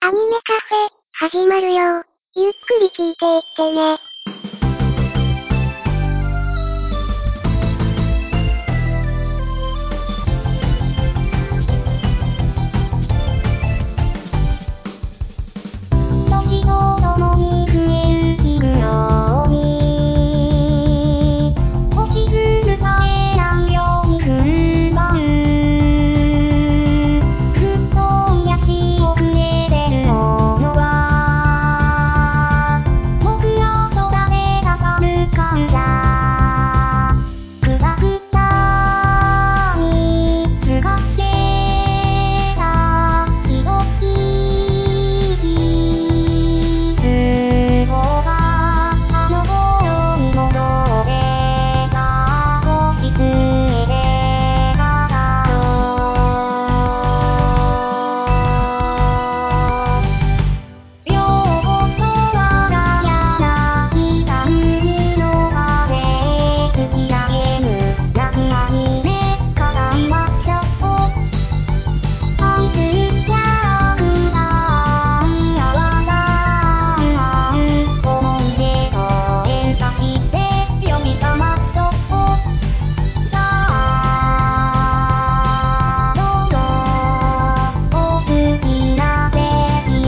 アニメカフェ、始まるよ。ゆっくり聞いていってね。時とともに増える日のように、星屑さえないように踏ん張る。ずっと癒しをくれてるものは、僕らと誰がかむ感謝。くたくたにすがってたひときり不幸があの頃に戻ってた星つえで語ろう。両方と我が家なきた海の風突き上げる夏アニメ語りましょう。愛するキャラクターやわら思い出と連鎖して呼び覚ましょう。さあどうぞお好きな席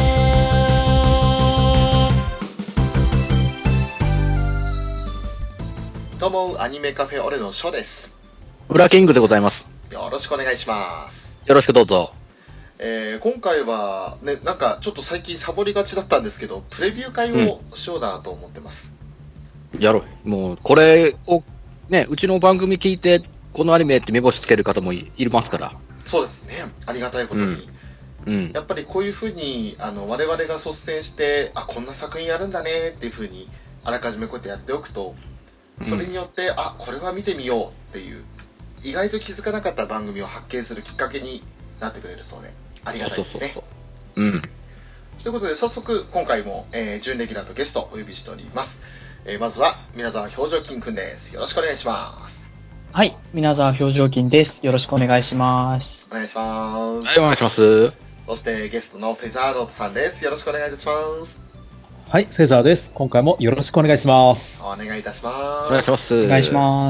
へ。 どうも、アニメカフェオレのショーです。 ブラキングでございます。 よろしくお願いします。 よろしくどうぞ。 今回はね、なんかちょっと最近サボりがちだったんですけど、プレビュー会をしようなと思ってます。 やろう。もう、これを、ね、うちの番組聞いて、このアニメって目星つける方もいますから。 そうですね。ありがたいことに。やっぱりこういう風に、我々が率先して、あ、こんな作品やるんだねっていう風に、あらかじめこうやってやっておくと、それによって、あ、これは見てみようっていう、意外と気づかなかった番組を発見するきっかけになってくれるそうで、ありがたいですね。ということで、早速、今回も、準レギュラーとゲストをお呼びしております。まずは、皆沢表情筋くんです。よろしくお願いします。 はい、皆沢表情筋です。よろしくお願いします。 お願いします。 はい、お願いします。 そして、ゲストのフェザーノートさんです。よろしくお願いいたします。 はい、フェザーです。今回もよろしくお願いします。 お願いいたします。 お願いします。 お願いします。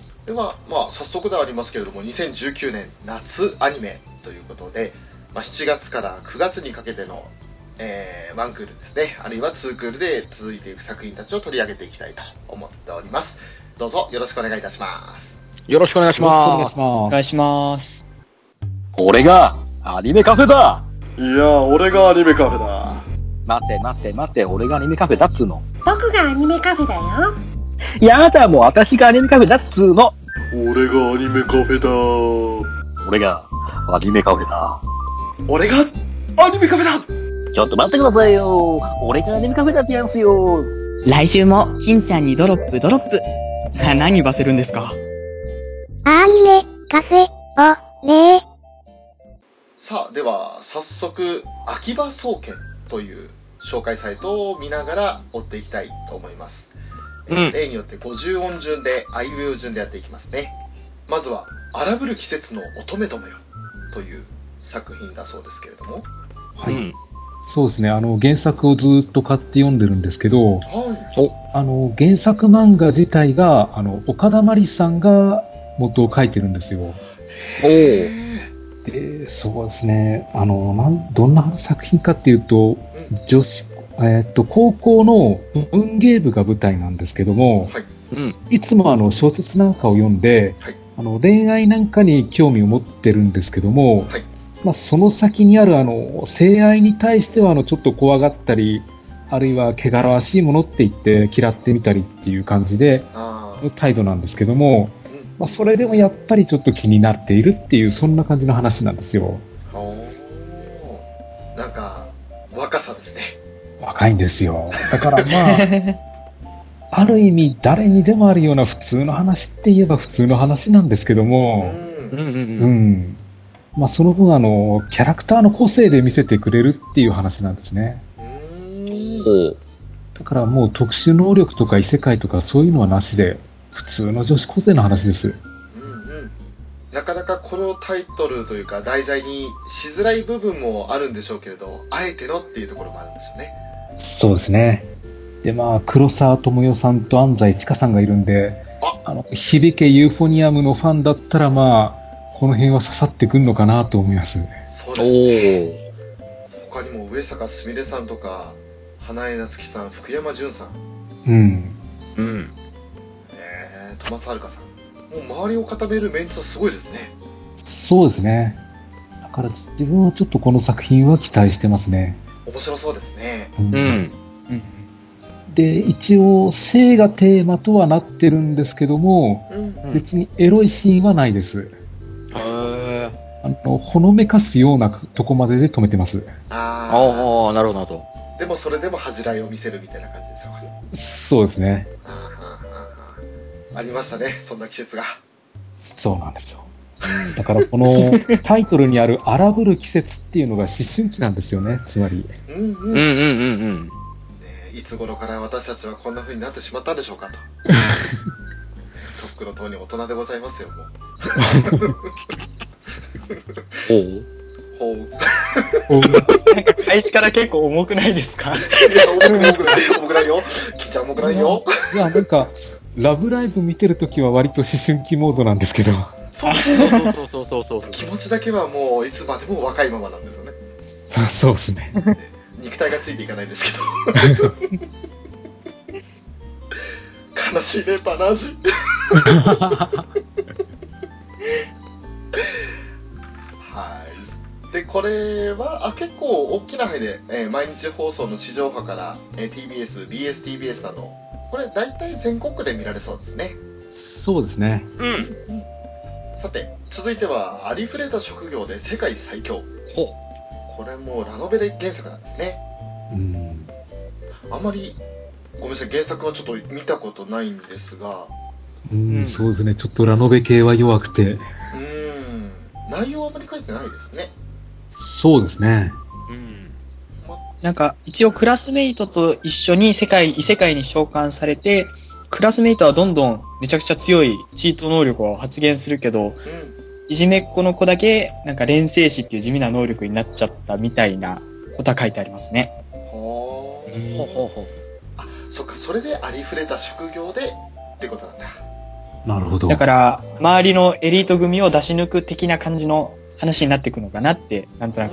では、早速ではありますけれども、2019年夏アニメということで、7月から9月にかけての、ワンクールですね、あるいはツークールで続いていく作品たちを取り上げていきたいと思っております。どうぞよろしくお願いいたします。 よろしくお願いします。 お願いします。 俺がアニメカフェだ。 いや、俺がアニメカフェだ。 待て、俺がアニメカフェだっつーの。 僕がアニメカフェだよ。 やだ、もう私がアニメカフェだっつーの。 俺がアニメカフェだ。 俺がアニメカフェだ。 俺がアニメカフェだ。 ちょっと待ってくださいよ。俺がアニメカフェだってやんすよ。 来週も金ちゃんにドロップ。何言わせるんですか。 アニメカフェをね。 さあ、では早速秋葉総研という紹介サイトを見ながら追っていきたいと思います。例によって50音順であいうえお順でやっていきますね。まずは荒ぶる季節の乙女どもよという作品だそうですけれども、 はい、そうですね。原作をずっと買って読んでるんですけど、原作漫画自体が岡田真理さんが元を書いてるんですよ。で、そうですね。どんな作品かっていうと、高校の文芸部が舞台なんですけども、いつも小説なんかを読んで、恋愛なんかに興味を持ってるんですけども、その先にある性愛に対してはちょっと怖がったり、あるいは汚らわしいものって言って嫌ってみたりっていう感じでの態度なんですけども、それでもやっぱりちょっと気になっているっていうそんな感じの話なんですよ。 なんか若さですね。 若いんですよ。だからある意味誰にでもあるような普通の話って言えば普通の話なんですけども、その分キャラクターの個性で見せてくれるっていう話なんですね。だからもう特殊能力とか異世界とかそういうのはなしで普通の女子高生の話です。 なかなかこのタイトルというか題材にしづらい部分もあるんでしょうけれど、あえてのっていうところもあるんですよね。 そうですね。で、まあ、黒沢智代さんと安西千佳さんがいるんで、響けユーフォニアムのファンだったら、まあ、この辺は刺さってくんのかなと思います。 そうですね。他にも上坂すみれさんとか、花江夏樹さん、福山潤さん。 うん。 うん。 戸松遥さん。もう周りを固めるメンツはすごいですね。 そうですね。だから自分はちょっとこの作品は期待してますね。 面白そうですね。 うん。で、一応、性がテーマとはなってるんですけども、別にエロいシーンはないです。ほのめかすようなとこまでで止めてます。 ああ、なるほど、なるほど。 でもそれでも恥じらいを見せるみたいな感じですよ。 そうですね。 ありましたね、そんな季節が。 そうなんですよ。だからこのタイトルにある荒ぶる季節っていうのが思春期なんですよね、つまり。 いつ頃から私たちはこんな風になってしまったんでしょうかと。とっくのとうに大人でございますよ、もう。 ほう。なんか開始から結構重くないですか？いや、重くないよ。きっちゃん重くないよ。 いや、なんか、ラブライブ見てるときは割と思春期モードなんですけど。 そう。気持ちだけはもういつまでも若いままなんですよね。 そうですね。 肉体がついていかないんですけど。悲しいね、バナージ。はい。で、これは結構大きな範囲で、毎日放送の地上波から、TBS、BSTBS など、これ大体全国区で見られそうですね。 そうですね。 さて、続いては、ありふれた職業で世界最強。これもラノベで原作なんですね。あまり、ごめんなさい、原作はちょっと見たことないんですが。 そうですね。ちょっとラノベ系は弱くて。 内容はあまり書いてないですね。 そうですね。 なんか、一応クラスメイトと一緒に異世界に召喚されて、クラスメイトはどんどんめちゃくちゃ強いチート能力を発現するけど、いじめっ子の子だけ、なんか錬成師っていう地味な能力になっちゃったみたいなことは書いてありますね。 あ、そっか、それでありふれた職業でってことなんだ。 なるほど。 だから、周りのエリート組を出し抜く的な感じの話になっていくのかなって、なんとなく。 ち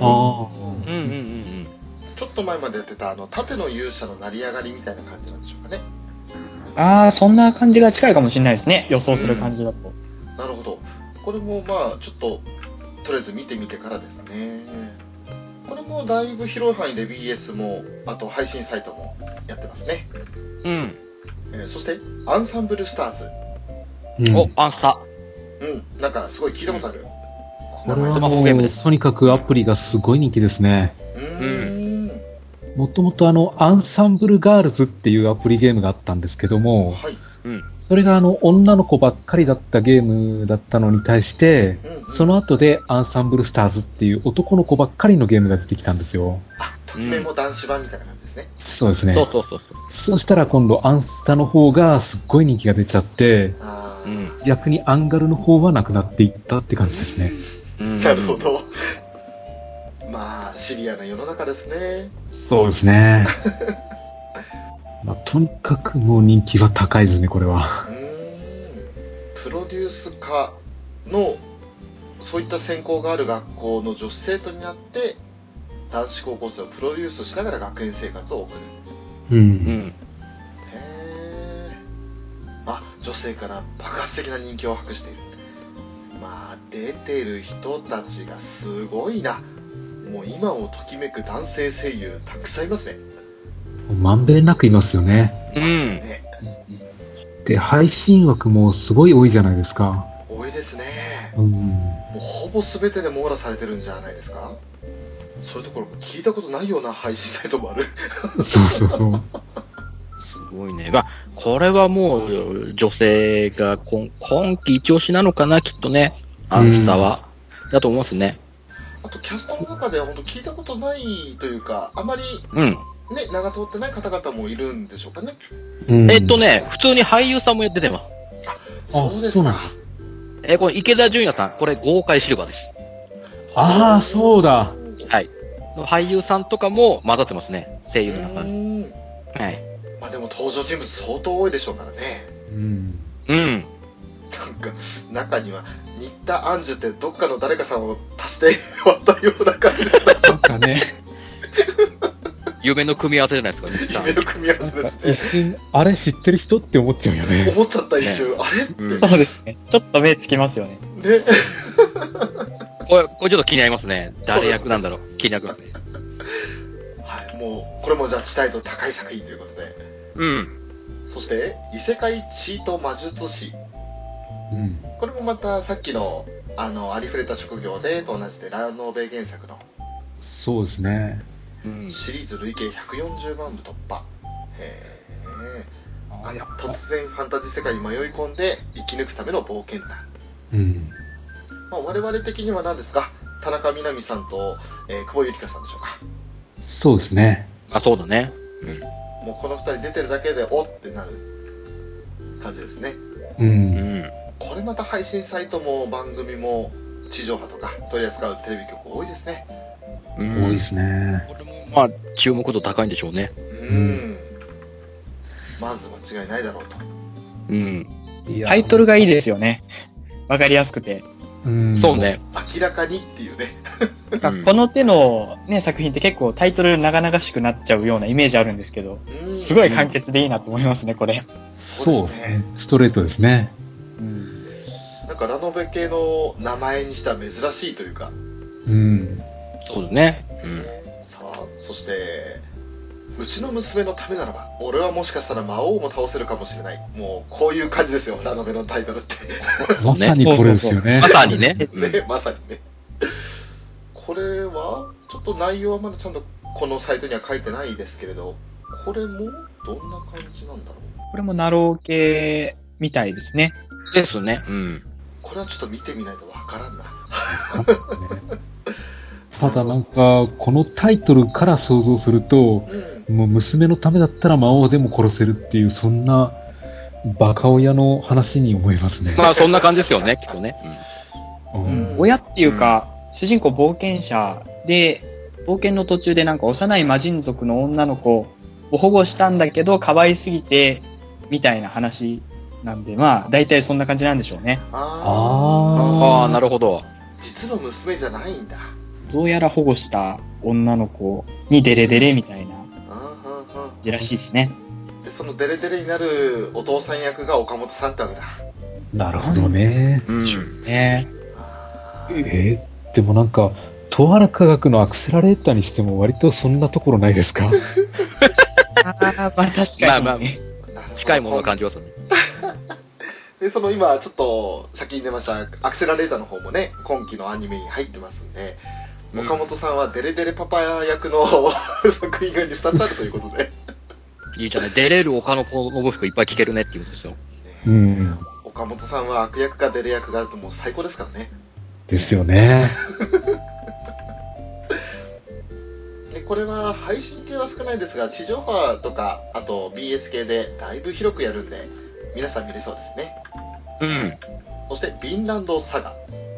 ょっと前までやってた、盾の勇者の成り上がりみたいな感じなんでしょうかね。 そんな感じが近いかもしれないですね。予想する感じだと。 なるほど。これもまあ、ちょっと、とりあえず見てみてからですね。これもだいぶ広い範囲で BS も、あと配信サイトもやってますね。そして、アンサンブルスターズ。 アンスタ。 なんかすごい聞いたことある。 これはもう、とにかくアプリがすごい人気ですね。もともとアンサンブルガールズっていうアプリゲームがあったんですけども、それが女の子ばっかりだったゲームだったのに対して、その後でアンサンブルスターズっていう男の子ばっかりのゲームが出てきたんですよ。 ときめも男子版みたいな感じですね。 そうですね。そうしたら今度アンスタの方がすっごい人気が出ちゃって、逆にアンガルの方はなくなっていったって感じですね。 なるほど。まあ、シビアな世の中ですね。 そうですね。とにかくもう人気は高いですね、これは。 プロデュース科の、そういった専攻がある学校の女子生徒になって、男子高校生をプロデュースしながら学園生活を送る。女性から爆発的な人気を博している。まあ、出てる人たちがすごいな。もう今をときめく男性声優たくさんいますね。 まんべんなくいますよね。で、配信枠もすごい多いじゃないですか。 多いですね。もうほぼ全てで網羅されてるんじゃないですか。それどころか聞いたことないような配信サイトもある。 そう。 すごいね。これはもう女性が今季一押しなのかな、きっとね。アンスタは。だと思いますね。 あとキャストの中では本当聞いたことないというか、あまりね、名が通ってない方々もいるんでしょうかね。 普通に俳優さんも出てます。 そうですか。 この池田純也さん、これ豪快シルバーです。 ああ、そうだ。 はい。俳優さんとかも混ざってますね。声優の中に。はい。 まあでも登場人物相当多いでしょうからね。 うん。 うん。 なんか、中には、新田杏樹ってどっかの誰かさんを足して割ったような感じで。 なんかね。 夢の組み合わせじゃないですかね。 夢の組み合わせですね。 一瞬、あれ知ってる人って思っちゃうよね。 思っちゃった一瞬、あれって。 そうですね。ちょっと目つきますよね。 ね。 これちょっと気になりますね。誰役なんだろう。気になりますね。 はい、もう、これもじゃあ期待度高い作品ということで。 うん。 そして、異世界チート魔術師。 うん。 これもまたさっきの、ありふれた職業でと同じで、ラノベ原作の。 そうですね。 シリーズ累計140万部突破。突然ファンタジー世界に迷い込んで生き抜くための冒険談。 うん。 まあ、我々的には何ですか、田中みな実さんと、久保ゆりかさんでしょうか。 そうですね。 あ、そうだね。 もうこの2人出てるだけでおってなる感じですね。 うん。 これまた配信サイトも番組も地上波とか取り扱うテレビ局多いですね。 多いですね。 これもまあ注目度高いんでしょうね。 まず間違いないだろうと。 タイトルがいいですよね。わかりやすくて。 そうね。 明らかにっていうね。 この手のね、作品って結構タイトル長々しくなっちゃうようなイメージあるんですけど、すごい簡潔でいいなと思いますね、これ。 そうですね。ストレートですね。 なんかラノベ系の名前にしては珍しいというか。 そうですね。 さあ、そして、うちの娘のためならば、俺はもしかしたら魔王も倒せるかもしれない。もう、こういう感じですよ、ラノベのタイトルって。 まさにこれですよね。 まさにね。 まさにね。これは、ちょっと内容はまだちゃんとこのサイトには書いてないですけれど、これもどんな感じなんだろう。 これもナロー系みたいですね。 ですね。 これはちょっと見てみないとわからんな。 ただなんか、このタイトルから想像すると、もう娘のためだったら魔王でも殺せるっていう、そんなバカ親の話に思いますね。 まあそんな感じですよね、きっとね。 親っていうか、主人公冒険者で、冒険の途中でなんか幼い魔人族の女の子を保護したんだけど、可愛すぎて、みたいな話なんで、まあ、大体そんな感じなんでしょうね。 ああ、なるほど。 実の娘じゃないんだ。 どうやら保護した女の子にデレデレみたいな感じらしいですね。 で、そのデレデレになるお父さん役が岡本さんってわけだ。 なるほどね。でもなんか、とある科学のアクセラレーターにしても割とそんなところないですか？ まあ確かに。 まあ近いものを感じますね。 で、その今ちょっと先に出ましたアクセラレーターの方もね、今期のアニメに入ってますんで、岡本さんはデレデレパパ役の作品が2つあるということで。 いいじゃない。出れる岡野信彦いっぱい聞けるねって言うんですよ。 岡本さんは悪役かデレ役があるともう最高ですからね。 ですよね。 で、これは配信系は少ないですが、地上波とか、あと BS 系でだいぶ広くやるんで、皆さん見れそうですね。そして、ヴィンランドサガ。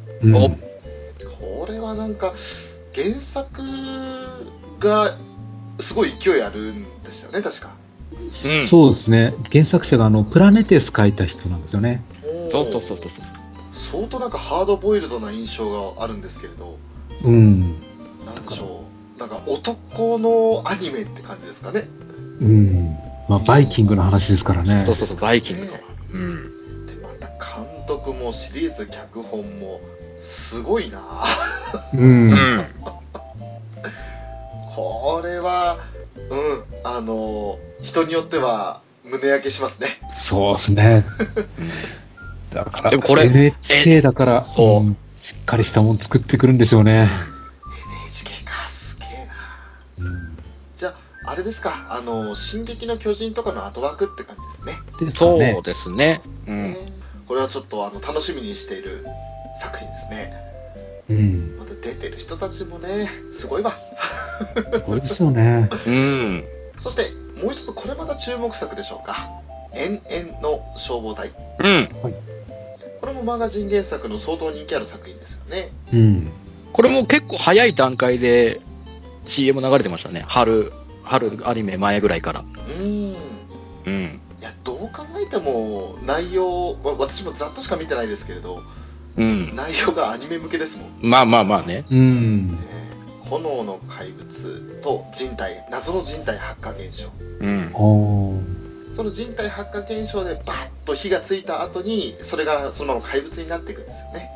これはなんか、原作がすごい勢いあるんですよね、確か。 そうですね。原作者がプラネテス書いた人なんですよね。 そう。 相当なんかハードボイルドな印象があるんですけれど。 なんでしょう。なんか男のアニメって感じですかね。 まあ、バイキングの話ですからね。 そう、バイキングの。 で、また監督もシリーズ脚本もすごいな。これは、人によっては胸焼けしますね。 そうですね。だから、 でもこれ NHK だから、しっかりしたもの作ってくるんですよね。 NHK か、すげえな。じゃあ、あれですか、進撃の巨人とかの後枠って感じですね。 そうですね。 これはちょっと楽しみにしている作品ですね。また出てる人たちもね、すごいわ。 すごいですよね。 そして、もう一つ、これまた注目作でしょうか。延々の消防隊。これももマガジン原作の相当人気ある作品ですよね。 うん。 これも結構早い段階で CM 流れてましたね。春アニメ前ぐらいから。うん。 いや、どう考えても内容、私もざっとしか見てないですけれど、内容がアニメ向けですもん。 まあね。 炎の怪物と謎の人体発火現象。その人体発火現象でバッと火がついた後に、それがそのまま怪物になっていくんですよね。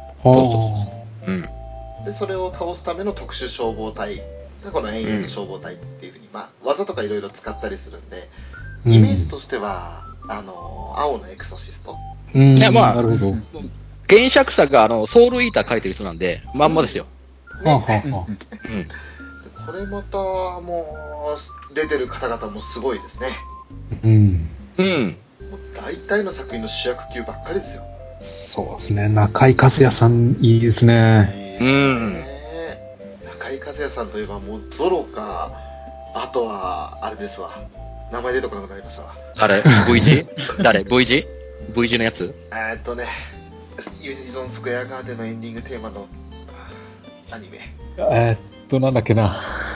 で、それを倒すための特殊消防隊がこの永遠の消防隊っていうふうに、技とかいろいろ使ったりするんで、イメージとしては、青のエクソシスト。 なるほど。原作者がソウルイーター書いてる人なんで、まんまですよ。 これまた、もう、出てる方々もすごいですね。もう大体の作品の主役級ばっかりですよ。 そうですね。中井和也さん、いいですね。 中井和也さんといえば、もうゾロか、あとは、あれですわ。名前出てこなくなりましたわ。 誰 ?V 字誰 ?V 字 ?V 字のやつユニゾンスクエアガーデンのエンディングテーマのアニメ。 なんだっけな。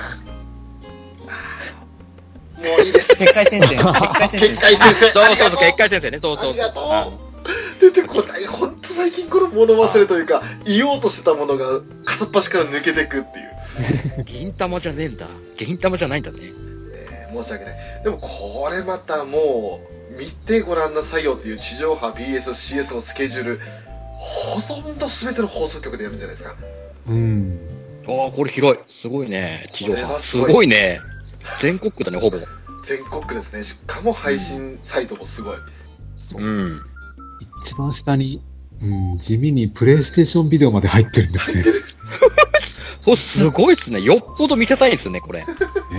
もういいです。 結界先生。 結界先生。 そう、結界先生ね。 ありがとう。出てこない。ほんと最近これ物忘れというか、言おうとしてたものが片っ端から抜けてくっていう。 銀玉じゃねえんだ。銀玉じゃないんだね。 申し訳ない。でもこれまたもう、見てごらんなさいよっていう地上波 BS、CS のスケジュール、ほとんど全ての放送局でやるんじゃないですか。 これ広い。すごいね。地上波。すごいね。全国区だね、ほぼ。 全国区ですね。しかも配信サイトもすごい。 一番下に、地味にプレイステーションビデオまで入ってるんですね。 すごいっすね。よっぽど見せたいですね、これ。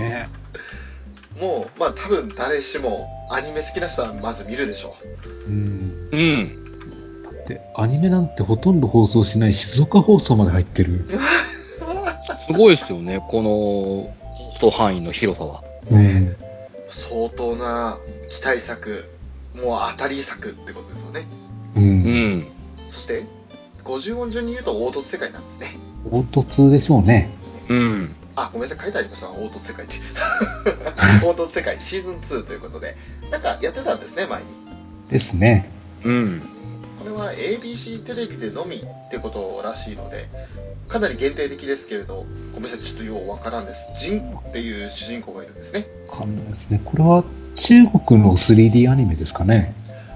もう、多分誰しもアニメ好きな人はまず見るでしょう。 だってアニメなんてほとんど放送しない静岡放送まで入ってる。 すごいですよね、この放送範囲の広さは。 相当な期待作、もう当たり作ってことですよね。そして、50音順に言うと凹凸世界なんですね。 凹凸でしょうね。 ごめんなさい、書いてありました、凹凸世界って。凹凸世界シーズン2ということで、なんかやってたんですね、前に。 ですね。 これは ABC テレビでのみってことらしいので、かなり限定的ですけれど、ごめんなさい、ちょっとようわからんです。ジンっていう主人公がいるんですね。 わかんないですね。これは中国の 3D アニメですかね。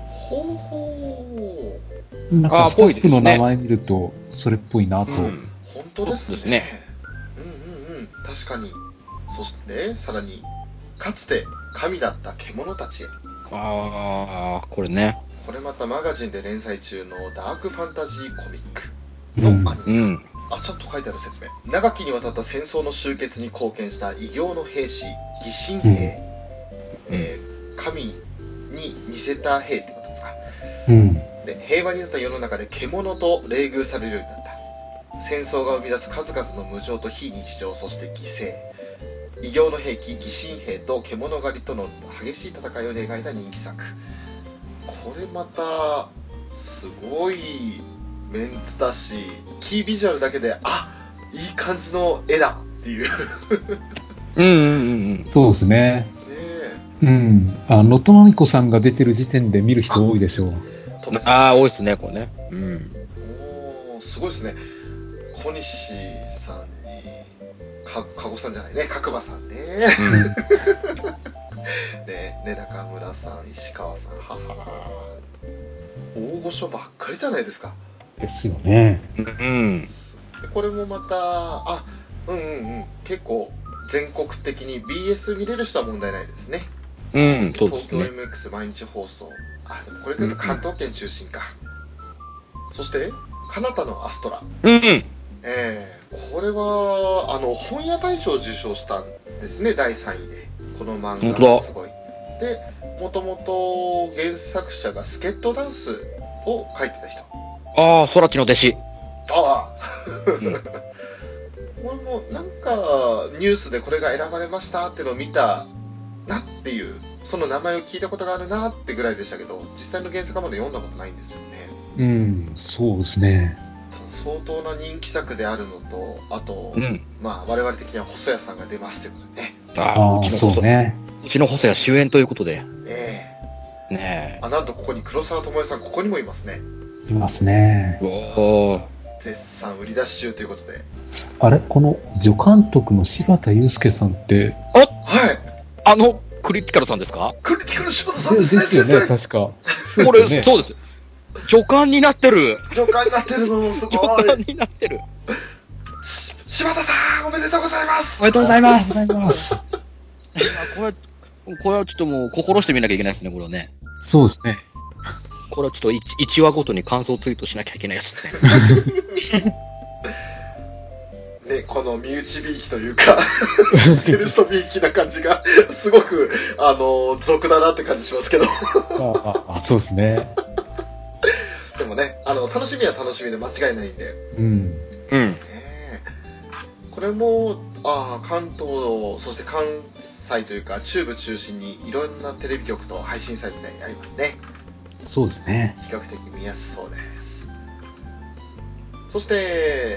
なんかスタッフの名前見ると、それっぽいなと。 本当ですね。確かに。そして、さらに、かつて神だった獣たちへ。 これね。 これまたマガジンで連載中のダークファンタジーコミックのアニメ。ちゃんと書いてある説明。長きにわたった戦争の終結に貢献した異形の兵士、義神兵。神に似せた兵ってことですか。で、平和になった世の中で獣と冷遇されるようになった。戦争が生み出す数々の無常と非日常、そして犠牲。異形の兵器、義神兵と獣狩りとの激しい戦いを描いた人気作。これまた、すごいメンツだし、キービジュアルだけで、いい感じの絵だっていう。 そうですね。能登まみこさんが出てる時点で見る人多いでしょう。 多いですね、これね。 すごいですね。小西さんに、加護さんじゃないね、角場さんね。ね、中村さん、石川さん、大御所ばっかりじゃないですか。 ですよね。 これもまた、結構全国的に BS 見れる人は問題ないですね。東京 MX 毎日放送。でもこれから関東圏中心か。そして、カナタのアストラ。これは、本屋大賞を受賞したんですね、第3位で。この漫画がすごい。で、もともと原作者がスケットダンスを書いてた人。 空知の弟子。 これもなんかニュースでこれが選ばれましたっていうのを見たなっていう、その名前を聞いたことがあるなってぐらいでしたけど、実際の原作はまだ読んだことないんですよね。 うん、そうですね。 相当な人気作であるのと、あと、まあ我々的には細谷さんが出ますということでね。 ああ、そうね。 うちの細谷主演ということで。 ねえ。なんとここに黒沢智恵さん、ここにもいますね。 いますね。 絶賛売り出し中ということで。 あれこの助監督の柴田祐介さんって。 はい。 クリティカルさんですか？ クリティカル柴田さんですね。ですよね、確か。 これ、そうです。助監になってる。 助監になってるの、すごい。 助監になってる。 柴田さん、おめでとうございます。 おめでとうございます。 これはちょっともう心してみなきゃいけないですね、これはね。 そうですね。 これはちょっと1話ごとに感想ツイートしなきゃいけないやつですね。 ね、この身内びいきというか、知ってる人びいきな感じが、すごく、俗だなって感じしますけど。 そうですね。 でもね、楽しみは楽しみで間違いないんで。これも、関東、そして関西というか、中部中心にいろんなテレビ局と配信サイトでありますね。 そうですね。 比較的見やすそうです。そして、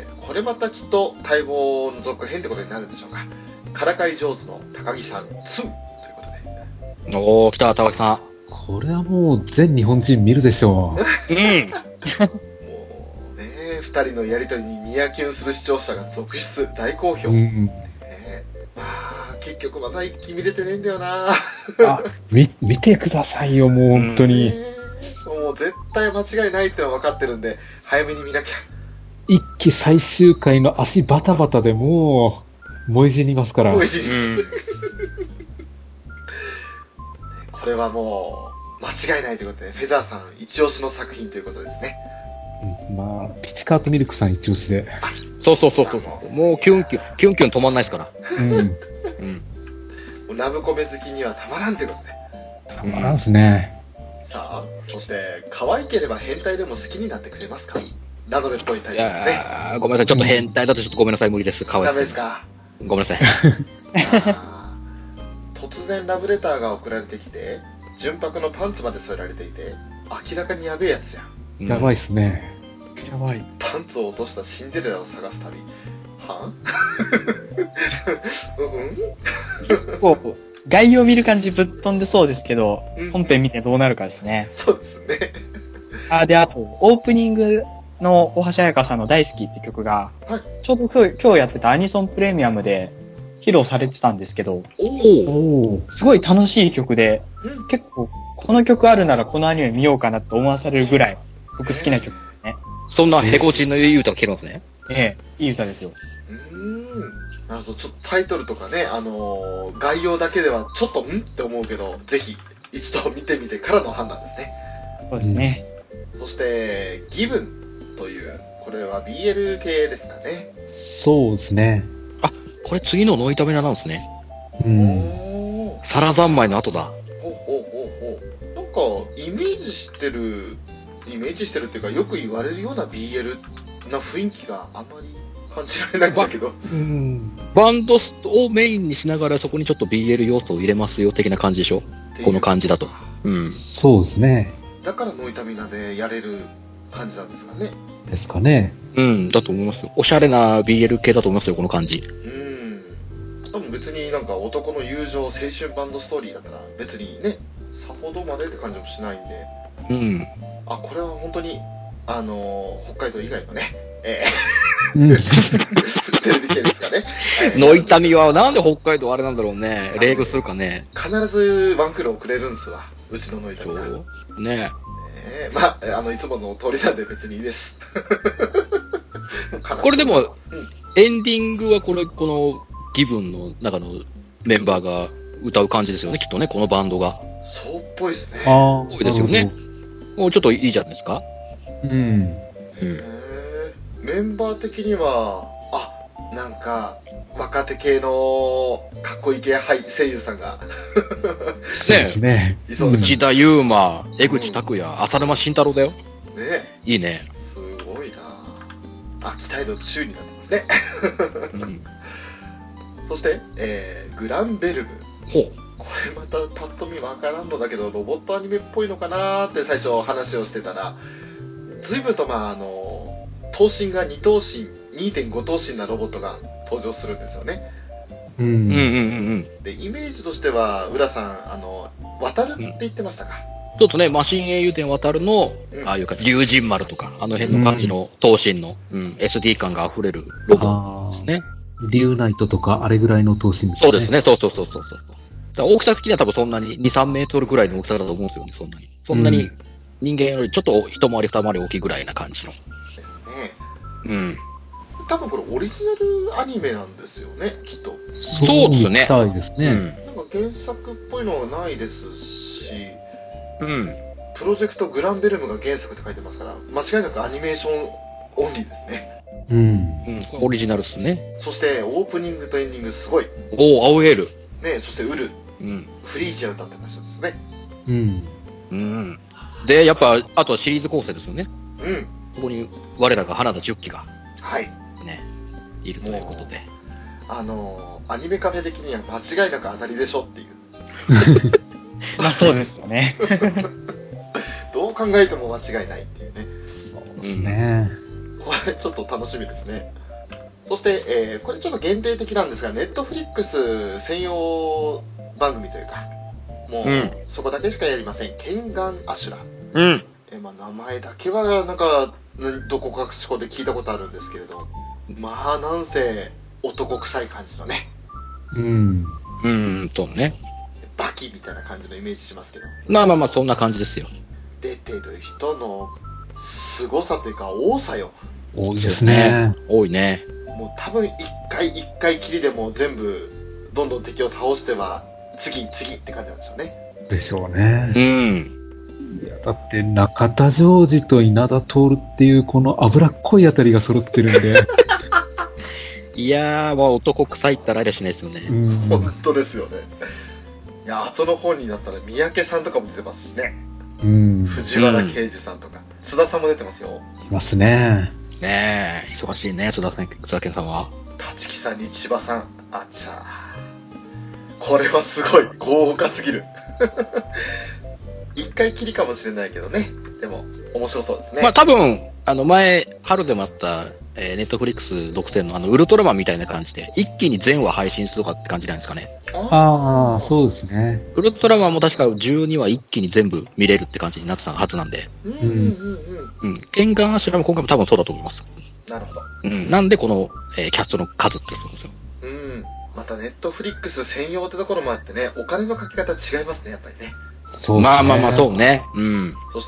これまたきっと待望の続編ってことになるんでしょうか。からかい上手の高木さん2ということで。 おー、来た、高木さん。 これはもう全日本人見るでしょう。 もうね、2人のやりとりにニヤキュンする視聴者が続出、大好評。結局まだ一気見れてねえんだよな。 見てくださいよ、もう本当に。 もう絶対間違いないってのは分かってるんで、早めに見なきゃ。 一期最終回の足バタバタでもう燃え死にますから。 燃え死にます。これはもう間違いないということで、フェザーさん一押しの作品ということですね。 まあ、ピチカートミルクさん一押しで。 そう。もうキュンキュン止まんないですから。 ラブコメ好きにはたまらんということで。 たまらんすね。 さあ、そして可愛ければ変態でも好きになってくれますか？ラドレっぽいタイプですね。 ごめんなさい、ちょっと変態だとちょっとごめんなさい、無理です。 ダメですか？ ごめんなさい。 突然ラブレターが送られてきて、純白のパンツまで添えられていて、明らかにやべえやつじゃん。 やばいっすね。 やばい。 パンツを落としたシンデレラを探す旅。は概要を見る感じぶっ飛んでそうですけど、本編見てどうなるかですね。 そうですね。 あと、オープニングの大橋彩香さんの大好きって曲が、ちょうど今日やってたアニソンプレミアムで披露されてたんですけど、すごい楽しい曲で、結構この曲あるならこのアニメ見ようかなって思わされるぐらい僕好きな曲ですね。 そんなヘコチンのいい歌を聴けるんですね。 いい歌ですよ。 なるほど、ちょっとタイトルとかね、概要だけではちょっとって思うけど、ぜひ一度見てみてからの判断ですね。 そうですね。 そしてギブンという、これは BL 系ですかね。 そうですね。 これ次のノイタメナなんですね。皿三昧の後だ。 なんかイメージしてるっていうか、よく言われるような BL な雰囲気があんまり感じられないんだけど。 バンドをメインにしながらそこにちょっと BL 要素を入れますよ的な感じでしょ、この感じだと。 そうですね。 だからノイタミナでやれる感じなんですかね。 ですかね。 だと思いますよ。おしゃれな BL 系だと思いますよ、この感じ。 多分別になんか男の友情青春バンドストーリーだから別にね、さほどまでって感じもしないんで。これは本当に北海道以外のね、フジテレビ系ですかね。 ノイタミはなんで北海道あれなんだろうね。レーグするかね。 必ずワンクール遅れるんですわ、うちのノイタミは。 ねまあ、いつもの通りなんで別にいいです。 これでも、エンディングはこのギブンの中のメンバーが歌う感じですよね、きっとね、このバンドが。 そうっぽいですね。 多いですよね。もうちょっといいじゃないですか。 メンバー的には、なんか、若手系のかっこいい系声優さんが。 内田悠馬、江口拓也、浅沼慎太郎だよ。いいね。 すごいな。期待度中になってますね。そして、グランベルグ。これまたパッと見わからんのだけど、ロボットアニメっぽいのかなーって最初話をしてたら、 随分と頭身が2頭身、2.5 頭身なロボットが登場するんですよね。 うん。 で、イメージとしては、浦さん、渡るって言ってましたか？ ちょっとね、マシン英雄伝渡るの、ああいうか、竜神丸とか、あの辺の感じの頭身の、SD 感が溢れるロボですね。 竜ナイトとか、あれぐらいの頭身ですね。 そうですね、そう。大きさ的には多分そんなに2、3メートルぐらいの大きさだと思うんですよね、そんなに。そんなに人間よりちょっと一回り二回り大きいぐらいな感じの。ですね。 多分これオリジナルアニメなんですよね、きっと。 そうですね。 そうですね。 なんか原作っぽいのはないですし、プロジェクトグランベルムが原作って書いてますから、間違いなくアニメーションオンリーですね。 オリジナルですね。 そしてオープニングとエンディングすごい。 おお、青エール。 ね、そしてウル。フリーチャー歌ってた人ですね。 で、やっぱ、あとはシリーズ構成ですよね。ここに我らが花田十喜が。ね、いるということで。 アニメカフェ的には間違いなく当たりでしょっていう。 まあそうですよね。 どう考えても間違いないっていうね。 そうですね。 これちょっと楽しみですね。そして、これちょっと限定的なんですが、ネットフリックス専用番組というか、もう、そこだけしかやりません。ケンガンアシュラ。名前だけはなんか、どこかしこで聞いたことあるんですけれど、まあなんせ男臭い感じのね。 そうね。 バキみたいな感じのイメージしますけど。 まあ、そんな感じですよ。 出てる人の凄さというか多さよ。 多いですね。 多いね。 もう多分一回きりでも全部どんどん敵を倒しては次って感じなんでしょうね。 でしょうね。いや、だって中田ジョージと稲田徹っていうこの脂っこいあたりが揃ってるんで。 いやー、まあ男臭いったらありゃしないですよね。 本当ですよね。いや、後の方になったら三宅さんとかも出てますしね。藤原啓治さんとか、津田さんも出てますよ。 いますね。 ねえ、忙しいね、津田健さんは。 立木さんに千葉さん、あちゃー。これはすごい、豪華すぎる。一回きりかもしれないけどね。でも、面白そうですね。 まあ多分、前、春でもあった、ネットフリックス独占のウルトラマンみたいな感じで、一気に全話配信するとかって感じなんですかね。 ああ、そうですね。 ウルトラマンも確か12話一気に全部見れるって感じになってたはずなんで。ケンガンアシュラも今回も多分そうだと思います。 なるほど。 なんでこの、キャストの数ってことですよ。 またネットフリックス専用ってところもあってね、お金のかけ方違いますね、やっぱりね。 そうですね。まあ、そうね。 そして、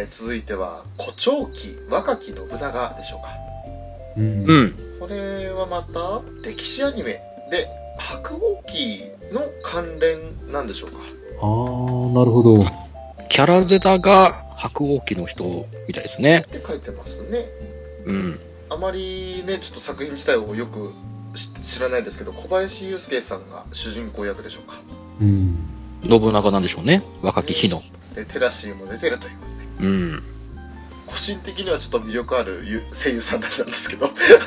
続いては、古長期若き信長でしょうか。これはまた、歴史アニメで、白鸚記の関連なんでしょうか。 ああ、なるほど。 キャラデタが白鸚記の人みたいですね。 って書いてますね。あまりね、ちょっと作品自体をよく知らないですけど、小林祐介さんが主人公役でしょうか。 信長なんでしょうね。若き日の。 で、テラシーも出てるということで。個人的にはちょっと魅力ある声優さんたちなんですけど。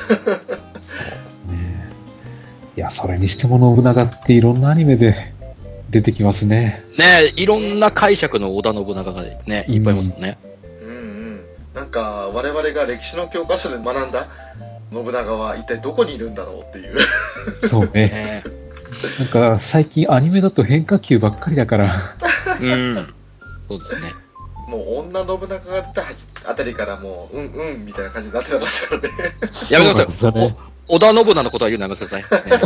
いや、それにしても信長っていろんなアニメで出てきますね。 ねえ、いろんな解釈の織田信長がね、いっぱいいますもんね。 なんか、我々が歴史の教科書で学んだ信長は一体どこにいるんだろうっていう。 そうね。なんか、最近アニメだと変化球ばっかりだから。 そうですね。 もう女信長が出たあたりからもう、みたいな感じになってましたので。 やめてください。織田信長のことは言うのやめてください。